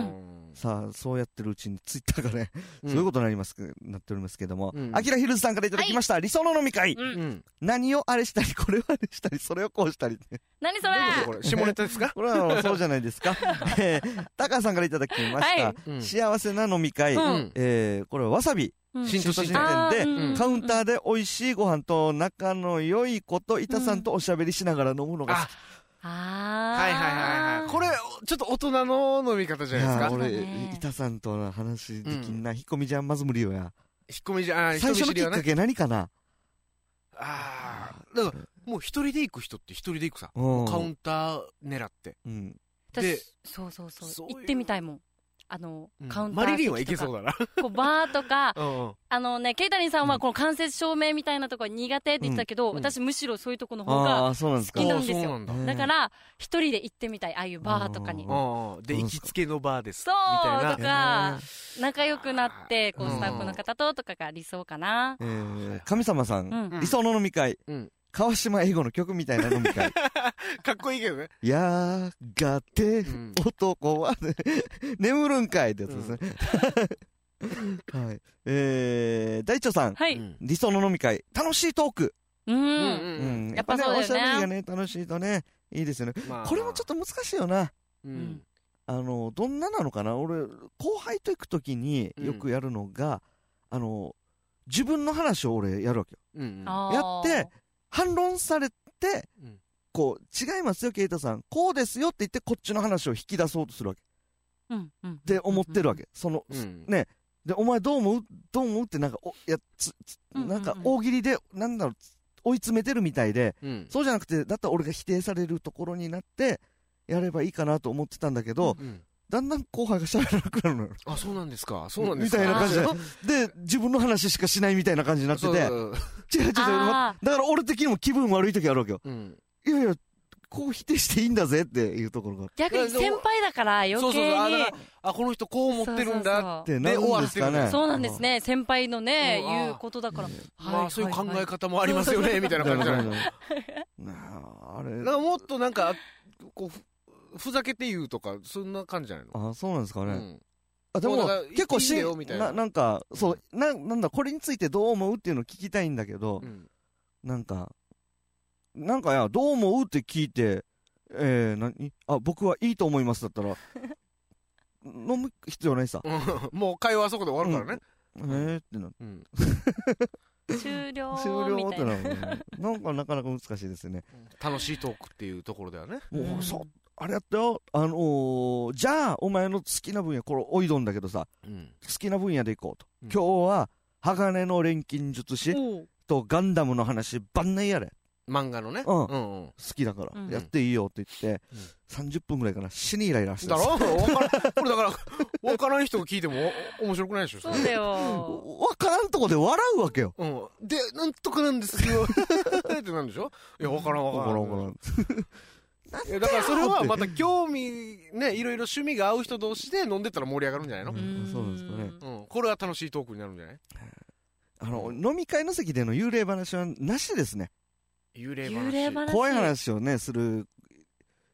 さあそうやってるうちにツイッターがね、うん、そういうことになりますなっておりますけども、あきらひるずさんからいただきました、はい、理想の飲み会、うん、何をあれしたりこれをあれしたりそれをこうしたりって何それこれ下ネタですかこれはそうじゃないですかえー、タカさんからいただきました、はいうん、幸せな飲み会、うんえー、これはわさび新都心店で、うん、カウンターで美味しいご飯と仲の良い子と板さんとおしゃべりしながら飲むのが好き、 うん、ああはいはいはいはいこれちょっと大人の飲み方じゃないですか。 俺板さんとの話できんな、うん、引っ込みじゃんまず無理よや。引っ込みじゃん最初のきっかけ何かな。 ああだからもう一人で行く人って一人で行くさ、うん、カウンター狙って、うん、 でそうそうそうそう行ってみたいもん。あの、うん、カウンターマリリンはいけそうだなこうバーとかうん、あのねケイタリンさんはこの間接照明みたいなところ苦手って言ってたけど、うん、私むしろそういうところの方が好きなんですよ。だ, だから一人で行ってみたいああいうバーとかに。 で行きつけのバーですそうみたいなとか仲良くなってこうスタッフの方ととかが理想かな。 えー、神様さん、うん、理想の飲み会、うん川島英語の曲みたいな飲み会かっこいいけどね。 やがて男は、ね、眠るんかいってやつですね、うんはいえー、大腸さん、はい、理想の飲み会楽しいトークうん、うん、やっぱねおしゃべりがね楽しいとねいいですよね、まあ、これもちょっと難しいよな、うん、あのどんななのかな。俺後輩と行くときによくやるのが、うん、あの自分の話を俺やるわけよ、うん、やって反論されて、うん、こう違いますよケイタさんこうですよって言ってこっちの話を引き出そうとするわけ、うんうん、って思ってるわけ、うん、その、うん、ねでお前どう思うどう思うってなんかおやつなんか大喜利でなんだろう追い詰めてるみたいで、うん、そうじゃなくてだったら俺が否定されるところになってやればいいかなと思ってたんだけど、うんうんだんだん後輩が喋らなくなるのよ。 あ、そうなんですか。そうなんですか。 みたいな感じで、で、自分の話しかしないみたいな感じになってて、違う違う違う、だから俺的にも気分悪い時あるわけよ。うん、いやいや、こう否定していいんだぜっていうところが。 逆に先輩だから余計に。そうそうそうあ、この人こう思ってるんだってね、終わってるね。 そうなんですね。先輩のね、言うことだから。 まあ、そういう考え方もありますよね、みたいな感じじゃないの。あれ。だからもっとなんか、こう、ふざけて言うとかそんな感じじゃないの。 あ、そうなんですかね、うん、あでも結構しんな, なんかそうななんだこれについてどう思うっていうのを聞きたいんだけど、うん、なんかなんかやどう思うって聞いてえー、何あ僕はいいと思いますだったら飲む必要ないさもう会話はそこで終わるからね、 うん、えーってな、うん、 終了終了ってなる、ね、なんかなかなか難しいですね楽しいトークっていうところではねもう、うん、そうあれやったよ、あのー、じゃあお前の好きな分野これおいどんだけどさ、うん、好きな分野でいこうと、うん、今日は鋼の錬金術師とガンダムの話晩年やれ漫画のね、 うんうんうん、好きだから、うん、やっていいよって言って、うん、さんじゅっぷんぐらいかな死にイライラしてだろ分からこれだから分からん人が聞いても面白くないでしょ。 そうだよ分からんとこで笑うわけよ、 うん、でなんとかなんですよってなんでしょ。いや分からん分からん分からんいやだからそれはまた興味ねいろいろ趣味が合う人同士で飲んでたら盛り上がるんじゃないの。 うんそうですかね、 うん、これは楽しいトークになるんじゃない。 あの飲み会の席での幽霊話はなしですね。 幽霊話怖い話をねする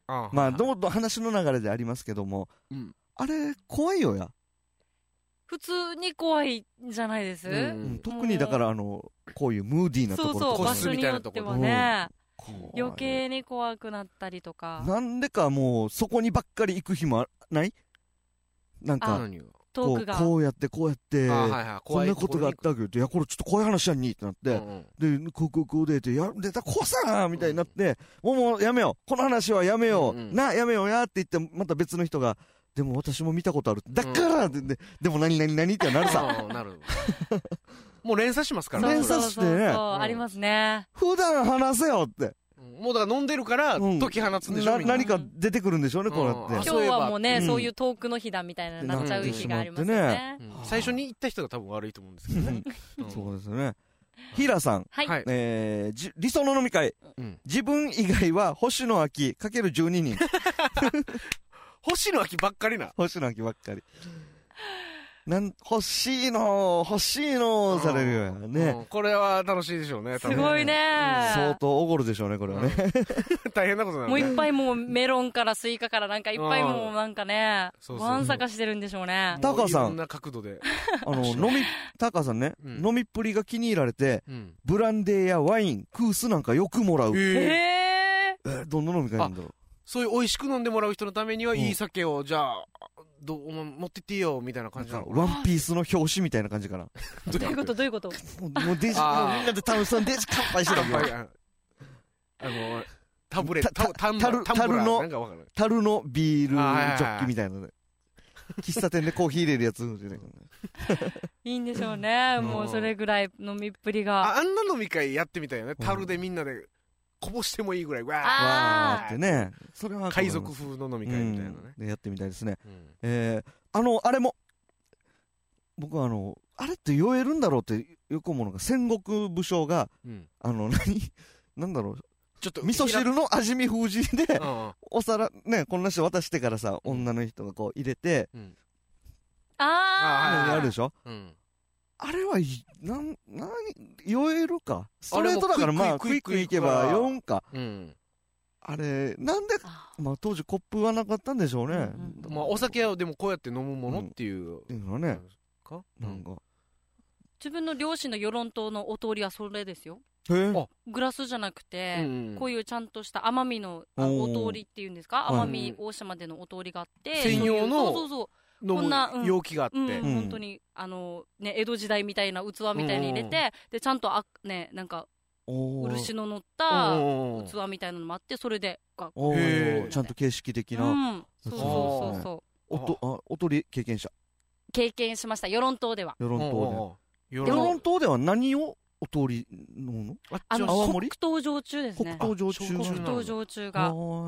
あまあどんどん話の流れでありますけども、うん、あれ怖いよや。 普通に怖いんじゃないです、うん、 特にだからあのこういうムーディーなところとか、 そうそう、場所によってはね、うん、余計に怖くなったりとか。 なんでかもうそこにばっかり行く日もないなんかトークがこうやってこうやってこんなことがあったけど、いやこれちょっと怖い話やんにってなって、でこうこうこうでってや出た怖さなみたいになって、もうもうやめようこの話はやめようなやめようやって言って、また別の人がでも私も見たことあるだからってでも何何何ってなるさ。なるもう連鎖しますからね。連鎖してね、 ありますね。 普段話せよって。 もうだから飲んでるから解き放つんでしょ、うん、 何か出てくるんでしょうね、こうやって。 今日はもうね、そういうトークの日だみたいななっちゃう日がありますよね。 最初に言った人が多分悪いと思うんですけどね。 そうですね。ヒラさん、はい、えー、理想の飲み会、うん、自分以外は星野秋かけるじゅうににん。 星野秋ばっかりな。 星野秋ばっかり。なん欲しいの欲しいのされるよね、うん、 これは楽しいでしょうね。 すごいね、 相当おごるでしょうねこれはね、 うん、大変なことなんで、ね、 もういっぱいもうメロンからスイカからなんかいっぱいもうなんかねわんさかしてるんでしょうね。 タカさんいろんな角度であの飲みタカさんね、うん、飲みっぷりが気に入られて、うん、ブランデーやワインクースなんかよくもらう。 へー、 えー、どんな飲み会なんだろう。 そういう美味しく飲んでもらう人のためにはいい酒を、うん、じゃあどう持ってっていいよみたいな感じなの。 ワンピースの表紙みたいな感じかな。 どういうことどういうこと。 もうもうデジもうみんなで楽しそうにデジ乾杯してるわけよ。 あのタブレットタルタルのタルのビールジョッキみたいなね。喫茶店でコーヒー入れるやつじゃないかな。 いいんでしょうね。もうそれぐらい飲みっぷりが。 あ、あんな飲み会やってみたいよね。タルでみんなでこぼしてもいいぐらいわーってね。それは海賊風の飲み会みたいなね、 うん、でやってみたいですね、うん、えー、あのあれも僕はあのあれって酔えるんだろうってよく思うのが、戦国武将が、うん、あの何なんだろうちょっと味噌汁の味見封じで、うん、お皿ねこんな人渡してからさ、うん、女の人がこう入れて、うん、 ああやるでしょ、うん、あれはなん、なに、酔えるか。ストレートだからまあ、クイックいけばよんか。うん。あれ、なんで、まあ当時コップはなかったんでしょうね。 うん、まあお酒はでもこうやって飲むものっていう。うん、 っていうのはね。かなんか。 自分の両親の与論島のお通りはそれですよ。 へグラスじゃなくて、うんうん、こういうちゃんとした奄美のお通りっていうんですか、奄美大島でのお通りがあって。 専用の。 そうそうそう。 こんな、うん、容器があって、うんうん、本当にあのね江戸時代みたいな器みたいに入れて、うん、でちゃんとあねなんか漆の乗った器みたいなのもあって、それでがちゃんと形式的な、 うん、そうそうそうそうおとあおとり経験者経験しました。与論島では。 与論島で与論島では何をお通り飲むの？ あの青森黒糖焼酎ですね。 黒糖焼酎。 黒糖焼酎が、 うん、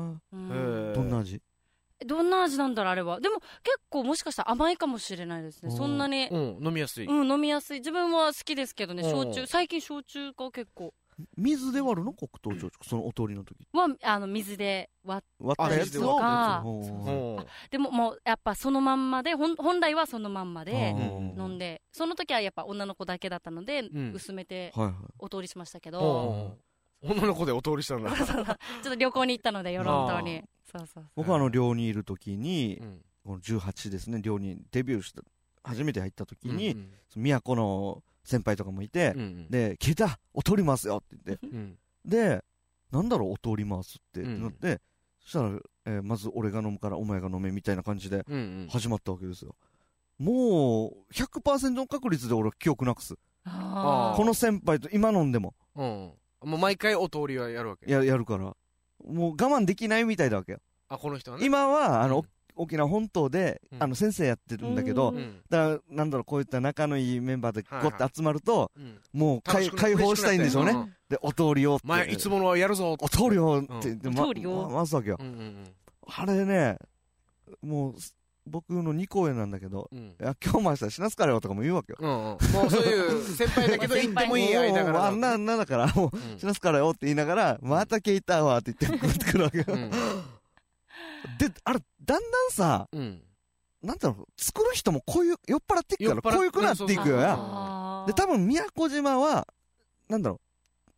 どんな味？ どんな味なんだろうあれは。でも結構もしかしたら甘いかもしれないですね。そんなに、 うん、飲みやすい。 うん、飲みやすい。自分は好きですけどね。焼酎最近焼酎が結構。 水で割るの黒糖焼酎、そのお通りの時はあの水で割ったやつをか。でももうやっぱそのまんまで本来はそのまんまで飲んで、その時はやっぱ女の子だけだったので、うん、薄めてお通りしましたけど。 女の子でお通りしたんだ。 ちょっと旅行に行ったので与論島に。そうそうそう。 僕はあの寮にいる時に、うん、このじゅうはちですね、寮にデビューした初めて入った時に、うんうん、都の先輩とかもいて、うんうん、で「聞いたお通りますよ」って言って、うん、でなんだろうお通りますってなって、うん、そしたら、えー、まず俺が飲むからお前が飲めみたいな感じで始まったわけですよ、うんうん、もう ひゃくパーセント の確率で俺は記憶なくす。この先輩と今飲んでも、 うん、もう毎回お通りはやるわけや, やるからもう我慢できないみたいだわけよ。 あ、この人はね。 今はあの、うん、沖縄本島で、うん、あの先生やってるんだけど、うん、だからなんだろうこういった仲のいいメンバーでゴッて集まると、はいはい、もう解放したいんでしょうね、うん、でお通りをって前いつものはやるぞお通りをって言って、 うんま、お通りを回すわけよ、うんうんうん、あれねもう僕のにこ上なんだけど、うん、いや今日も明日死なすからよとかも言うわけよ、うんうん、 もうそういう先輩だけど言ってもいい間柄あんな、なんだからもう、うん、死なすからよって言いながら、またケイターはって言ってくるわけよ、うん、であれだんだんさ、うん、なんだろう作る人もこういう酔っ払っていくからこういうくなっていくよや、で多分宮古島はなんだろ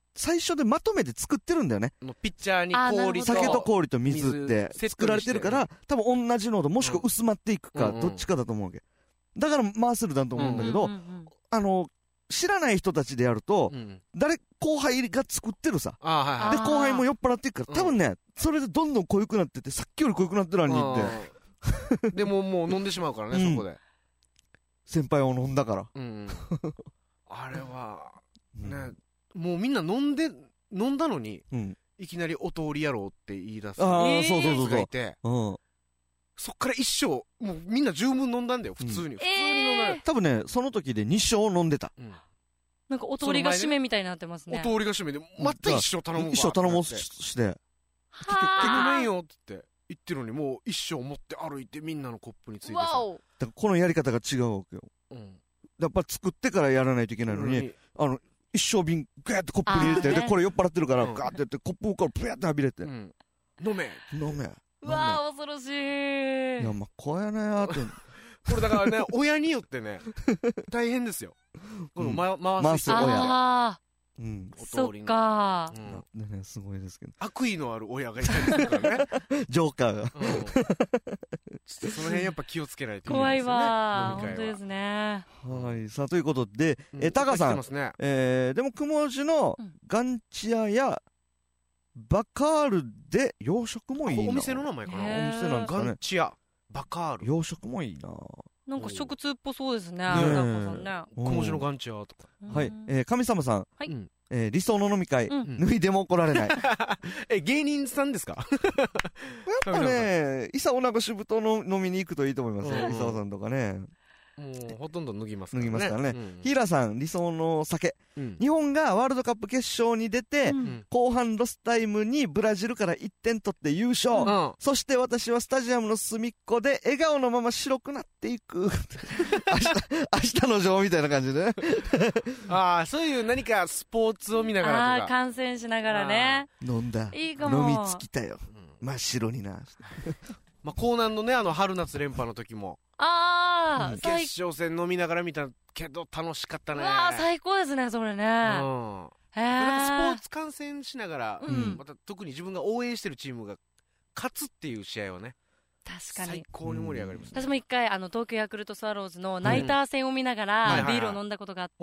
最初でまとめて作ってるんだよね。 ピッチャーに氷と酒と氷と水って作られてるから、多分同じ濃度もしくは薄まっていくか、どっちかだと思うわけ。だから回せるだと思うんだけど、あの知らない人たちでやると、誰後輩が作ってるさ、で後輩も酔っ払っていくから、多分ねそれでどんどん濃ゆくなってて、さっきより濃ゆくなってるのにってでももう飲んでしまうからね、そこで先輩を飲んだから、 あれはね、もうみんな飲んで飲んだのに、いきなりお通りやろうって言い出すやつがいて、そっから一生もうみんな十分飲んだんだよ、普通に、普通に飲んだよ。 多分ねその時でに升飲んでた。 なんかお通りが締めみたいになってますね。 お通りが締めでまた一生頼むわ、 一生頼もうして結局ないよって言って言ってるのに、もう一生持って歩いてみんなのコップについてさ、だからこのやり方が違うわけよ。やっぱ作ってからやらないといけないのに、あの一升瓶ガーってコップに入れて、でこれ酔っ払ってるからガーってやってコップからプヤって浴びれて、飲め飲め。 うわー恐ろしい。 いやまあ怖いなーってこれだからね親によってね大変ですよ、この回す親。 ああそっかー、すごいですけど、 悪意のある親がいたりするからねジョーカーがその辺やっぱ気をつけないといけ怖いないですよね、 わ本当ですね。 はいさあということで、えタカさん、えでも雲地のガンチアやバカールで洋食もいいな。 お店の名前かな、お店なんですかね。 ガンチアバカール、 洋食もいいな。 なんか食通っぽそうですね、タカさんね。 雲地のガンチアとか。 はい、え神様さん、え理想の飲み会、脱いでも怒られない。 え芸人さんですか？ やっぱね、伊佐おなごしぶとの飲みに行くといいと思いますよ、伊佐さんとかね。 もうほとんど脱ぎますからね。脱ぎますからね。ヒーラさん、理想の酒。日本がワールドカップ決勝に出て、後半ロスタイムにブラジルからいってん取って優勝。そして私はスタジアムの隅っこで笑顔のまま白くなっていく。明日、明日の女王みたいな感じでね。 ああ、そういう何かスポーツを見ながらとか。 ああ、観戦しながらね。 飲んだ。 いいかも。 飲み尽きたよ。真っ白にな。 まあ、江南のね、あの春夏連覇の時も。 ああ、 決勝戦飲みながら見たけど楽しかったね。 わあ最高ですねそれね。うん。へえ。 スポーツ観戦しながら、また特に自分が応援してるチームが勝つっていう試合はね。 確かに最高に盛り上がります。 私も一回あの東京ヤクルトスワローズのナイター戦を見ながらビールを飲んだことがあって、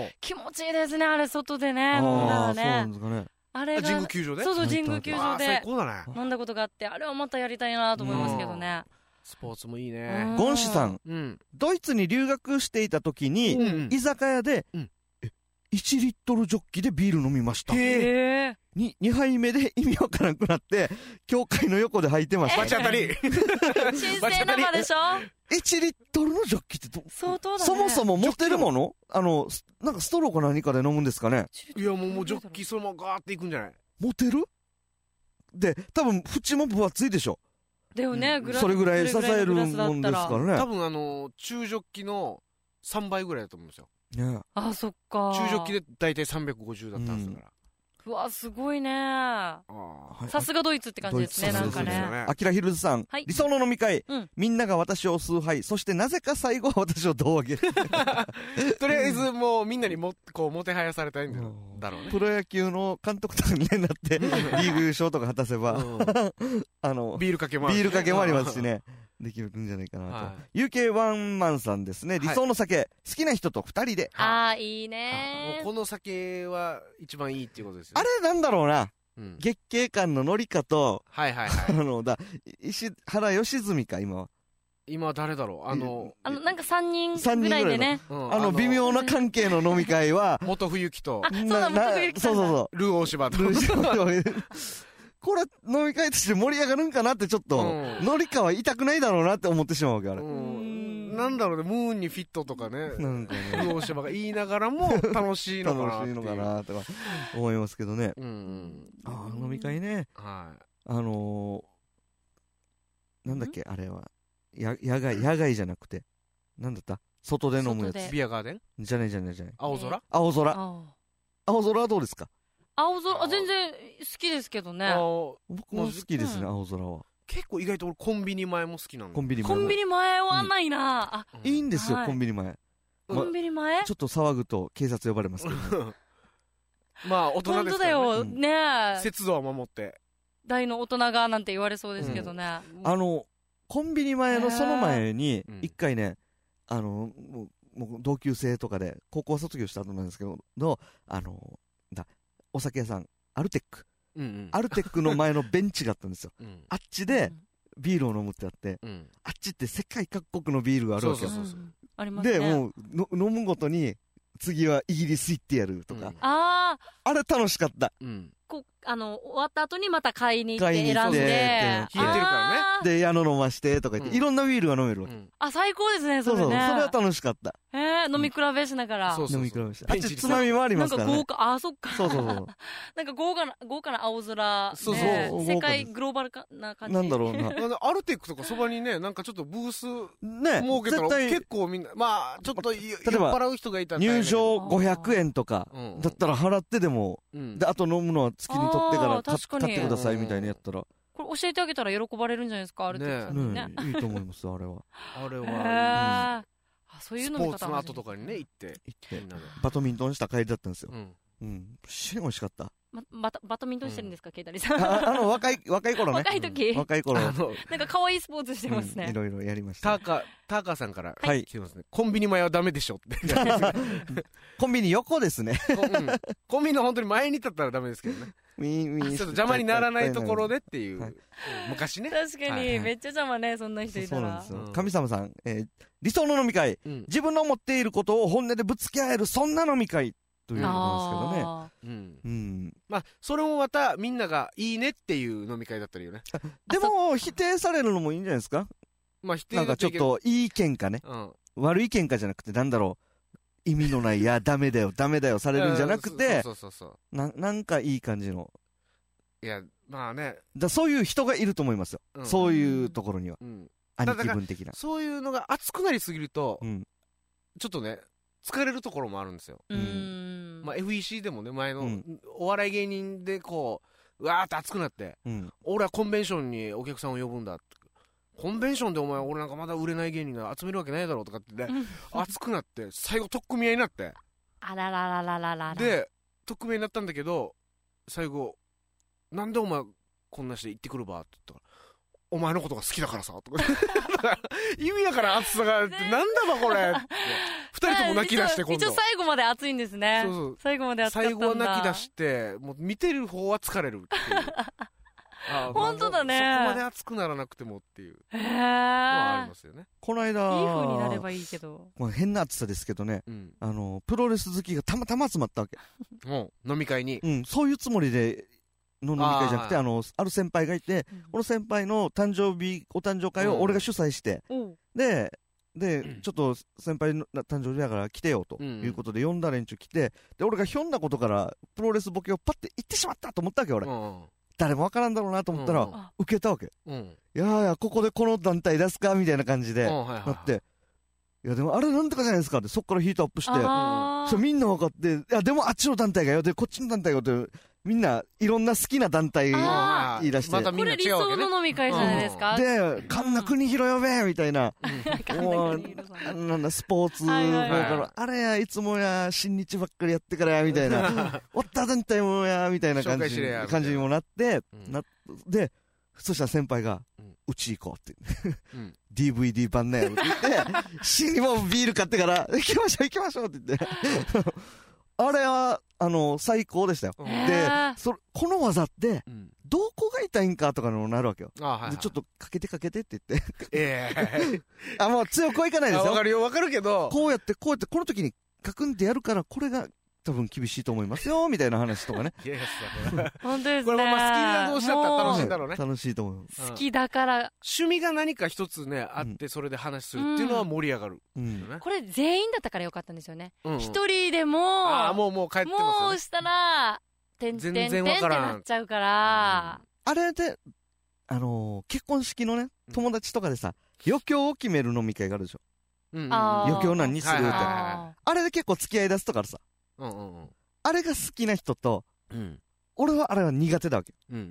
気持ちいいですねあれ外でね飲んだらね。そうなんですかね。あれが神宮球場で。 そうそう神宮球場で最高だね。 飲んだことがあって、あれはまたやりたいなと思いますけどね。 スポーツもいいね。 ゴンシさん、うん、ドイツに留学していた時に、うん、居酒屋で、うん、いちリットルジョッキでビール飲みました。 へー。 ににはいめで意味わからなくなって教会の横で吐いてました。 バチ当たり神聖生でしょ。 いちリットルのジョッキってど相当だね。 そもそも持てるもの、あのなんかストローか何かで飲むんですかね。 いやもうもうジョッキそのままガーっていくんじゃない。 持てるで多分縁も分厚いでしょ。 だよね、 うん、それぐらい支えるもんですからね。 多分あの中ジョッキのさんばいぐらいだと思うんですよ。 ね、 あそっか。 中ジョッキで大体さんびゃくごじゅうだったんですから。 うん、うわすごいね。さすがドイツって感じですね。なんかね。 アキラヒルズさん、はい、理想の飲み会、うん、みんなが私を崇拝、そしてなぜか最後は私を胴上げ。とりあえずもうみんなにもこうもてはやされたいんだろうね。 プロ野球の監督とかになってリーグ優勝とか果たせば、うん、あのビールかけもある、 ビールかけもありますしね。できるんじゃないかなと、はい、ユーケー ワンマンさんですね。理想の酒、はい、好きな人とふたりで。 ああいいね。 もうこの酒は一番いいっていうことですよね。 あれなんだろうな、うん、月桂冠ののりかと、 はいはいはい、 あのだ石原良純か今は。 今は誰だろう、あのあのなんかさんにんぐらいでね、 うん、あの微妙な関係の飲み会は元冬樹と、 あそうだ元冬樹さんだ、 そうそうそう、 ルー大柴とこれ飲み会として盛り上がるんかなってちょっと、うん、のりかは痛くないだろうなって思ってしまうわけあれ、うん、 なんだろうね、ムーンにフィットとかね、なんかねルー大柴が言いながらも楽しいのかなっていう楽しいのかなとか思いますけどね、うんうん、あ飲み会ね、はい、あのー、なんだっけあれはや野外野外じゃなくてなんだった外で飲むやつ、 ビアガーデンじゃねえじゃねえじゃねえ青空青空青空はどうですか。 青空全然好きですけどね。 僕も好きですね、うん、青空は。 結構意外と俺コンビニ前も好きなんだ。 コンビニ前コンビニ前はないな、うん、あいいんですよ、はい、コンビニ前、 コンビニ前、 ま、ちょっと騒ぐと警察呼ばれますけど、ね、 まあ大人ですからね。 本当だよ、ねえ。 節度は守って。 大の大人がなんて言われそうですけどね。 あの、コンビニ前のその前に、一回ね、あの、もう、もう同級生とかで、高校卒業した後なんですけど、の、あの、だ、お酒屋さん、アルテック。うんうん、アルテックの前のベンチがあったんですよ。うん、あっちで、ビールを飲むってあって、うん、あっちって世界各国のビールがあるわけよ。そうそうそうそうありますね。で、もうの、飲むごとに、次はイギリス行ってやるとか。うん、ああれ楽しかった。うんこあの終わった後にまた買いに行って選んで冷えてるからねで矢野飲ましてとか言って、うん、いろんなビールが飲めるわけ、うん、 あ最高ですねそれねそうそうそれは楽しかったえー、飲み比べしながら、 うん、そうそうそう飲み比べしてあっちつまみもありますからねなんか豪華あそっかそうそうそうなんか豪華な豪華な青空、ね、 そうそう世界グローバルな感じなんだろうなアルテックとかそばにねなんかちょっとブースね設けたら結構みんなまあちょっと酔っ払う人がいたら入場ごひゃくえんとかだったら払ってでも、うん、であと飲むのは月に取ってから買ってくださいみたいなやったらこれ教えてあげたら喜ばれるんじゃないですかアルテックさんに ね, ね, ねいいと思いますあれはあれは、うん、 あそういうのスポーツの後とかにね行って行ってバドミントンした帰りだったんですようん、うん、死に美味しかったま、バ, バドミントンしてるんですか、うん、ケイタリさんああの若い若い頃ね若い時、 うん、若い頃なんか可愛いスポーツしてますね、 うん、いろいろやりましたターカターカさんから来てますね、はい、コンビニ前はダメでしょってコンビニ横ですね、 うん、コンビニの本当に前に立ったらダメですけどねちょっと邪魔にならないところでっていう、はい、昔ね確かに、はいはい、めっちゃ邪魔ねそんな人いたらそうなんですよ、うん、神様さん、えー、理想の飲み会、うん、自分の思っていることを本音でぶつけ合えるそんな飲み会ということですけどね、うんうん、まあそれもまたみんながいいねっていう飲み会だったりよねでも否定されるのもいいんじゃないですかまあ否定なんかちょっといい喧嘩ね、うん、悪い喧嘩じゃなくてなんだろう意味のないいやダメだよダメだよされるんじゃなくてななんかいい感じのいやまあねだそういう人がいると思いますよ、うん、そういうところには、うん、兄貴分的なそういうのが熱くなりすぎると、うん、ちょっとね疲れるところもあるんですよ、うん、まあ エフイーシー でもね前のお笑い芸人でこううわーって熱くなって、うん、俺はコンベンションにお客さんを呼ぶんだってコンベンションでお前俺なんかまだ売れない芸人が集めるわけないだろうとかってね、うん、熱くなって最後取っ組み合いになってあららららららで取っ組み合いになったんだけど最後なんでお前こんなして行ってくるばって言ったらお前のことが好きだからさとか意味だから熱さがってなんだばこれ二人とも泣き出して今度一応最後まで熱いんですねそうそう最後まで熱かったんだ最後は泣き出してもう見てる方は疲れるっていうあ本当だねそこまで熱くならなくてもっていうのはありますよねこの間いい風になればいいけど、 まあ、変な熱さですけどね、うん、あのプロレス好きがたまたま集まったわけもう飲み会に、 うん、そういうつもりでの飲み会じゃなくて あ, あのある先輩がいて、うん、この先輩の誕生日お誕生会を俺が主催して、うん、でで、うん、ちょっと先輩の誕生日だから来てよということで、うん、呼んだ連中来てで俺がひょんなことからプロレスボケをパッて言ってしまったと思ったわけ俺、うん、誰もわからんだろうなと思ったら、うん、受けたわけ、うん、いやいやここでこの団体出すかみたいな感じで、うん、なっていやでもあれなんとかじゃないですかってそっからヒートアップしてそみんな分かっていやでもあっちの団体がよでこっちの団体がよってみんないろんな好きな団体言い出してまたみんな違うわけねこれ理想の飲み会じゃないですか、 うん、で神田国広呼べみたいな、うん、もうなんだスポーツはいはい、はい、あれやいつもや新日ばっかりやってからやみたいなおった団体もやみたいな感じ感じにもなって、うん、なでそしたら先輩が、うん、うち行こうって、うん、ディーブイディー 版ねって言って死にもビール買ってから行きましょう行きましょうって言ってあれはあの最高でしたよ、うん、でそこの技って、うん、どこが痛いんかとかにもなるわけよ、あ、はいはい、でちょっとかけてかけてって言ってええー、あもう強くはいかないですよわかるよわかるけどこうやってこうやってこの時にカクンってやるからこれが多分厳しいと思いますよみたいな話とかねいや本当ですねこれもまあ好きな同士だったら楽しいんだろうね楽しいと思う好きだから趣味が何か一つねあってそれで話するっていうのは盛り上がる、うんうんね、これ全員だったからよかったんですよね一、うんうん、人でもあもうもう帰ってますよ、ね、 もうしたらてんてんてんってなっちゃうから、 うん、あれであのー、結婚式のね友達とかでさ余興を決める飲み会があるでしょ、うんうん、余興何にするって、はいはいはいはい、あれで結構付き合い出すとかあるさ、うんうんうん、あれが好きな人と、うん、俺はあれは苦手だわけ、うんうん、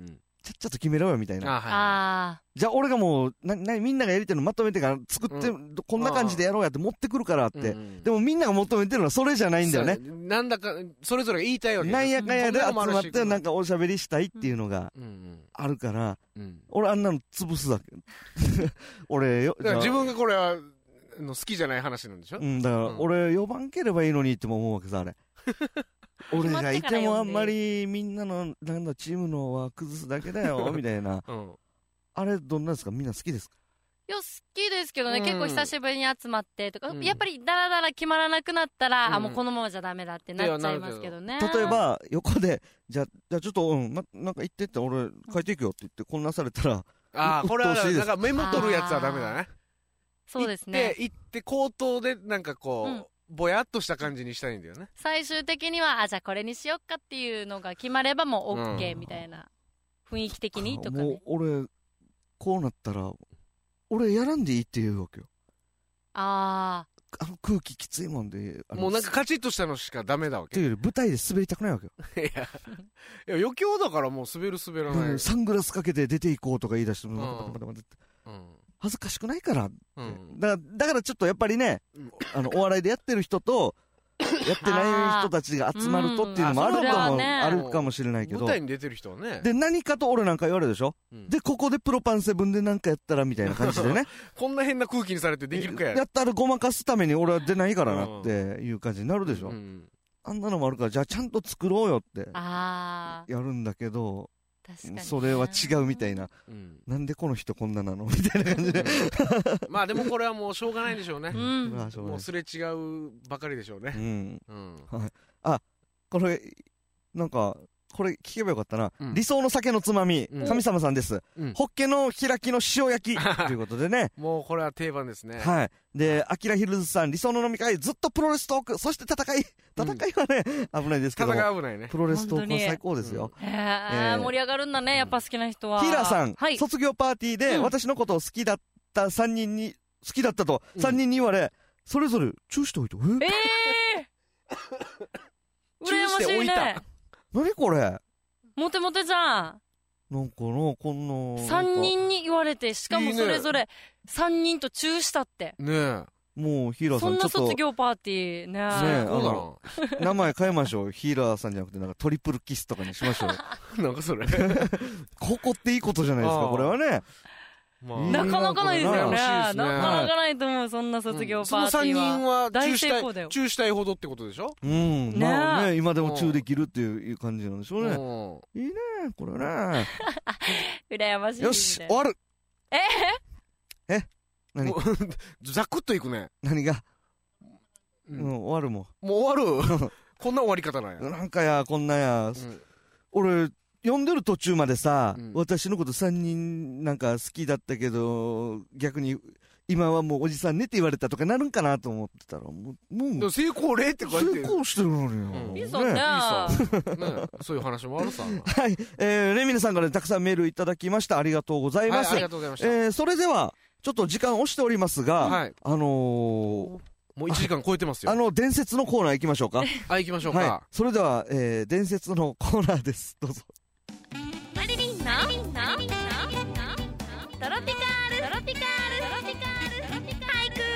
ちゃっちゃと決めろよみたいな。 あ、はい、 あじゃあ俺がもうななみんながやりたいのまとめてから作って、うん、こんな感じでやろうやって持ってくるからって、うん、でもみんなが求めてるのはそれじゃないんだよね。 なんだかそれぞれが言いたいわけなんやかんやで集まってなんかおしゃべりしたいっていうのがあるから、うんうん、俺あんなの潰すだけ俺よ、 だから自分がこれはの好きじゃない話なんでしょ。 うん、だから俺呼ばんければいいのにっても思うわけさ、あれ俺がいてもあんまりみんなのなんだチームのは崩すだけだよみたいな、うん、あれどんなですか、みんな好きですか。 いや好きですけどね、うん、結構久しぶりに集まってとか、うん、やっぱりダラダラ決まらなくなったら、うん、あもうこのままじゃダメだってなっちゃいますけどね。 例えば横でじゃあじゃあちょっと、うんま、なんか言ってって俺書いていくよって言ってこんなされたら、 ああこれはなんかメモ取るやつはダメだね。 そうですね。 行って口頭でなんかこう、うん、ぼやっとした感じにしたいんだよね。 最終的にはあじゃあこれにしよっかっていうのが決まればもう OK みたいな、うん、雰囲気的にとかね。もう俺こうなったら俺やらんでいいって言うわけよ。 あああの空気きついもんでもうなんかカチッとしたのしかダメだわけっていうより舞台で滑りたくないわけよ。 いやいや余興だからもう滑る滑らない、 うん、サングラスかけて出ていこうとか言い出しても、うん、恥ずかしくないから、うん、だ, だからちょっとやっぱりね、うん、あのお笑いでやってる人とやってない人たちが集まるとっていうのもあるかも、ね、あるかもしれないけど、 舞台に出てる人はね、 で何かと俺なんか言われるでしょ、うん、でここでプロパンセブンでなんかやったらみたいな感じでねこんな変な空気にされてできるかややったらごまかすために俺は出ないからなっていう感じになるでしょ、うん、あんなのもあるからじゃあちゃんと作ろうよってやるんだけど、それは違うみたいな、うん、なんでこの人こんななのみたいな感じで、うん、 まあでもこれはもうしょうがないんでしょうね、うん、もうすれ違うばかりでしょうね、うんうんはい、あこれなんかこれ聞けばよかったな、うん、理想の酒のつまみ、うん、神様さんです、うん、ホッケの開きの塩焼きということでねもうこれは定番ですね。 はいでアキラヒルズさん理想の飲み会ずっとプロレストークそして戦い戦いはね、うん、危ないですけど戦い危ないね。 プロレストークは最高ですよ、 うん、へー、えー、盛り上がるんだねやっぱ好きな人は。 ヒーラーさん、はい、卒業パーティーで私のことを好きだったさんにんに好きだったとさんにんに言われ、うん、それぞれチューしておいた。 えーチューしておいた何これモテモテじゃん。 なんかなこんなさんにんに言われてしかもそれぞれさんにんとチューしたってねえ。 もうヒーラーさんちょっとそんな卒業パーティーねえ、ねえあの名前変えましょうヒーラーさんじゃなくてなんかトリプルキスとかにしましょうなんかそれここっていいことじゃないですかこれはね。 まあ、なかなかないですよね。なかなかないと思う、そんな卒業パーティーは。 そのさんにんは大成功だよ。 チューしたいほどってことでしょ。 うん、ねまあね、今でもチューできるっていう感じなんでしょうね。いいね、これね。 羨ましい。 よし、終わる。 ええ何ザクッといくね。 何がうん、終わるもん。もう終わるこんな終わり方なんや。 なんかや、こんなや。俺、読んでる途中までさ、うん、私のことさんにんなんか好きだったけど逆に今はもうおじさんねって言われたとかなるんかなと思ってたらもうもう成功例って書いて成功してるのによ、 うん、いいさねいいさ、ね、そういう話もあるさはい、えー、レミネさんから、ね、たくさんメールいただきましたありがとうございます、 はい、ありがとうございました、 えー、それではちょっと時間押しておりますが、はい、あのーもういちじかん超えてますよ。 あの伝説のコーナー行きましょうかあ、行きましょうか、 はい、それでは、えー、伝説のコーナーですどうぞ。 マリリンのトロピカールトロピカールトロピカールトロピカール俳句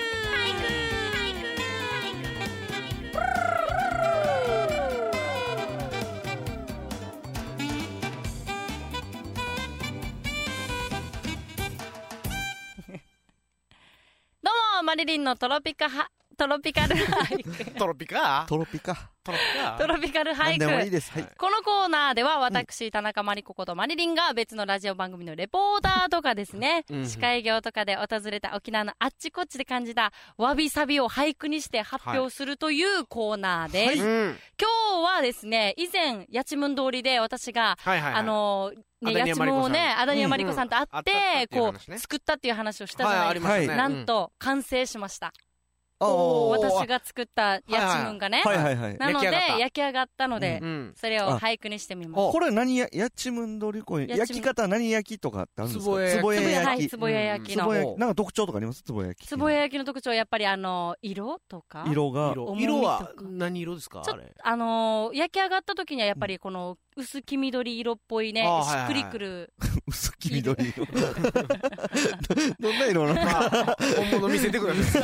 どうもマリリンのトロピカはトロピカル俳句トロピカトロピカトロピカトロピカル俳句何でもいいです、はい、 このコーナーでは私、うん、田中真理子ことマリリンが別のラジオ番組のレポーターとかですね、うん、司会業とかで訪れた沖縄のあっちこっちで感じたわびさびを俳句にして発表するというコーナーです、はいはい、今日はですね以前八千文通りで私が、はいはいはい、あのね、八千文をねアダニアマリコさんと会って、うんうん、こう作ったっていう話をしたじゃないですか、はい、なんと完成しました。 私が作ったやちむんがね、 はいはいはい。 なので焼き上がった焼き上がったので、 うん、 それを俳句にしてみます。 これ何や、やちむんどりこい、焼き方何焼きとかってあるんですか？つぼ焼き。 はい、つぼ焼きの。 つぼ焼き。なんか特徴とかあります？つぼ焼き。 つぼ焼きの特徴はやっぱりあの、色とか色が。 色色は何色ですか？あれ。 あのー、焼き上がった時にはやっぱりこの薄黄緑色っぽいね、しっくりくる。 薄黄緑色。どんな色なのか。 本物見せてくださ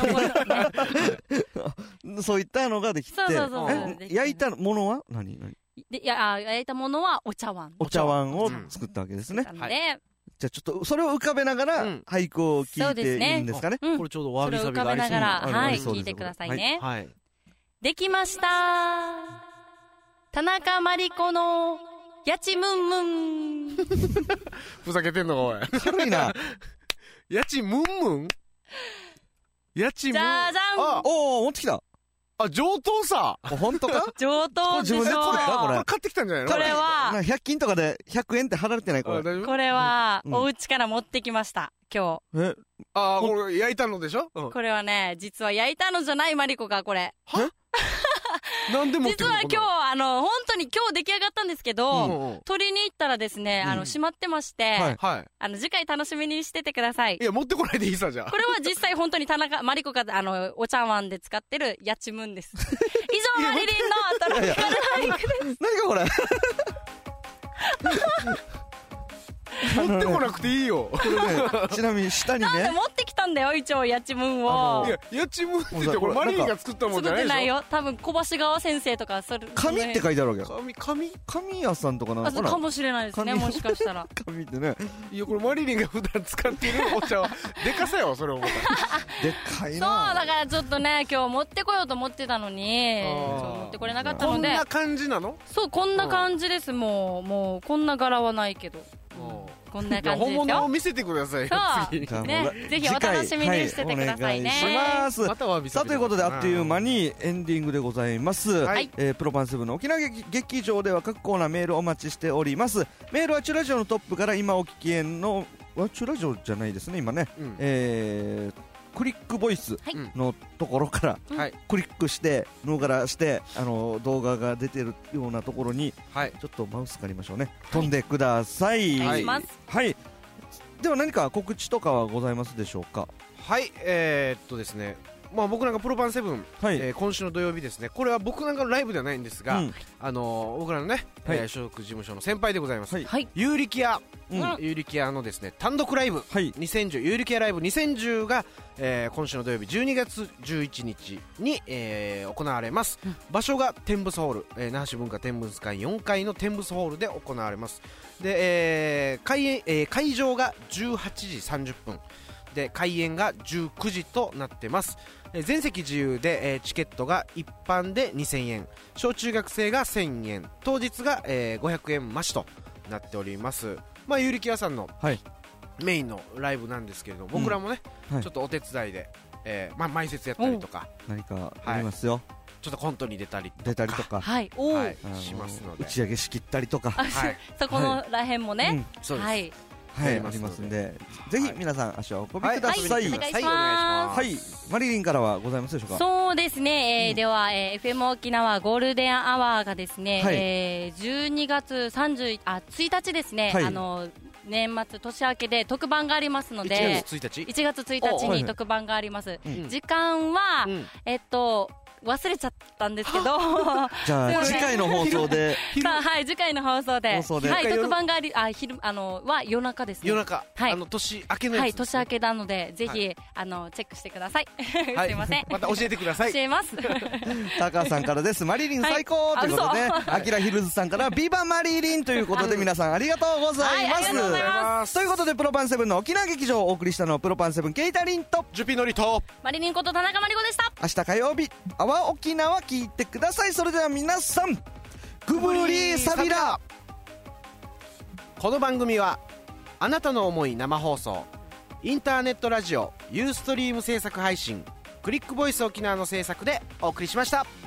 い。そういったのができて。 そうそうそう。 焼いたものは何何で、いや、焼いたものはお茶碗。 お茶碗を作ったわけですね。 はい。 じゃあちょっとそれを浮かべながら俳句を聞いていいんですかね。 これちょうどわびさびがありそう。 それを浮かべながら、はい、聞いてくださいね。はい。できました。田中真理子のやちむんむん。 ふざけてんのかおい。 軽いな。 やちむんむん。やちむん。 じゃじゃん。 おお、持ってきた。 あ、上等さ。 本当か？ 上等でしょ。 自分で作ったこれ。 買ってきたんじゃないの？ これはひゃく均とかでひゃくえんって払われてないこれ。 これはお家から持ってきました今日。 え？ ああ、これ焼いたのでしょ？ これはね、実は焼いたのじゃないマリコがこれ。 は？なんで持ってくるの？ 実は今日あの本当に今日出来上がったんですけど、取りに行ったらですね、あの閉まってまして、あの次回楽しみにしててください。 いや持ってこないでいいさじゃあ。 これは実際本当に田中マリコがあのお茶碗で使ってるやちむんです。以上マリリンのトロピカル俳句です。 何かこれ。 持ってこなくていいよ。 これね、ちなみに下にね。 なんで持ってきたんだよ一応やちむんを。 いややちむんって言ってこれマリリンが作ったもんじゃないでしょ。作ってないよ。 多分小橋川先生とかそれ。 紙って書いてあるわけよ。 紙紙紙屋さんとかなのかな。 かもしれないですねもしかしたら。 紙ってね。 いやこれマリリンが普段使っているお茶はでかさよそれを。でかいな。 そうだからちょっとね今日持ってこようと思ってたのに持ってこれなかったので。 こんな感じなの？ そうこんな感じですもうもうこんな柄はないけど。こんな感じですよ。 本物を見せてくださいよ。 そうね、ぜひお楽しみにしててくださいね。 はい、お願いします。またわびさび。さあということであっという間にエンディングでございます。はい、えー、プロパンセブンの沖縄劇場では各コーナーメールお待ちしております。メールはチュラジオのトップから今お聞きののチュラジオじゃないですね今ね。うん、えークリックボイスのところから、はい、クリックして脳からしてあの動画が出てるようなところに、はい、ちょっとマウス借りましょうね、はい、飛んでください。 はい、はいはい、では何か告知とかはございますでしょうか？ はい、えー、っとですねまあ、僕なんかプロパンセブン、はい、えー、今週の土曜日ですね、これは僕なんかのライブではないんですが、うん、あのー、僕らのね、はい、えー、所属事務所の先輩でございます、はい、有力屋、うん、有力屋のですね単独ライブ、はい、にせんじゅう有力屋ライブにせんじゅうが、えー、今週の土曜日じゅうにがつじゅういちにちに、えー、行われます、うん、場所が天仏ホール、えー、那覇市文化天文館よんかいの天仏ホールで行われます。で、えー 会, えー、会場がじゅうはちじさんじゅっぷんで開演がじゅうくじとなってます。えー、全席自由で、えー、チケットが一般でにせんえん、小中学生がせんえん、当日が、えー、ごひゃくえん増しとなっております。まあ有力屋さんの、はい、メインのライブなんですけれども、僕らもね、うん、はい、ちょっとお手伝いで、えーまあ、前説やったりとか何かありますよ、はい、 ちょっとコントに出たりとか出たりとか、 はい、 はい、しますので打ち上げ仕切ったりとか、はい、 そこのらへんもね、はい、うん、 そうです、 はいはい、ありますんで、ぜひ皆さん足をお運びください。 はい、お願いします。 はい、マリリンからはございますでしょうか？ そうですね、えーうん、では、えー、エフエム 沖縄ゴールデンアワーがですね、はい、えー、じゅうにがつさんじゅうあついたちですね、はい、あの年末年明けで特番がありますので、 いちがつついたちいちがつついたちに特番があります。時間は、うん、えっと忘れちゃったんですけどじゃあ次回の放送ではい次回の放送で放送で、 はい、特番がありあ昼あのは夜中ですね。 夜中、はい、あの年明けのやつ、 はい、年明けなのでぜひ、はい、あのチェックしてください。はい、すいません、 また教えてください。 教えます。 高橋さんからです。マリリン最高、はい、ということでアキラヒルズさんからビバマリリンということで皆さんありがとうございます。 はい、ありがとうございます。 ということでプロパンセブンの沖縄劇場をお送りしたのはプロパンセブンケイタリンとジュピノリとマリリンこと田中マリコでした。 明日火曜日阿波沖縄聞いてください。それでは皆さんグブリーサビラ。 この番組はあなたの思い生放送インターネットラジオユーストリーム制作配信クリックボイス沖縄の制作でお送りしました。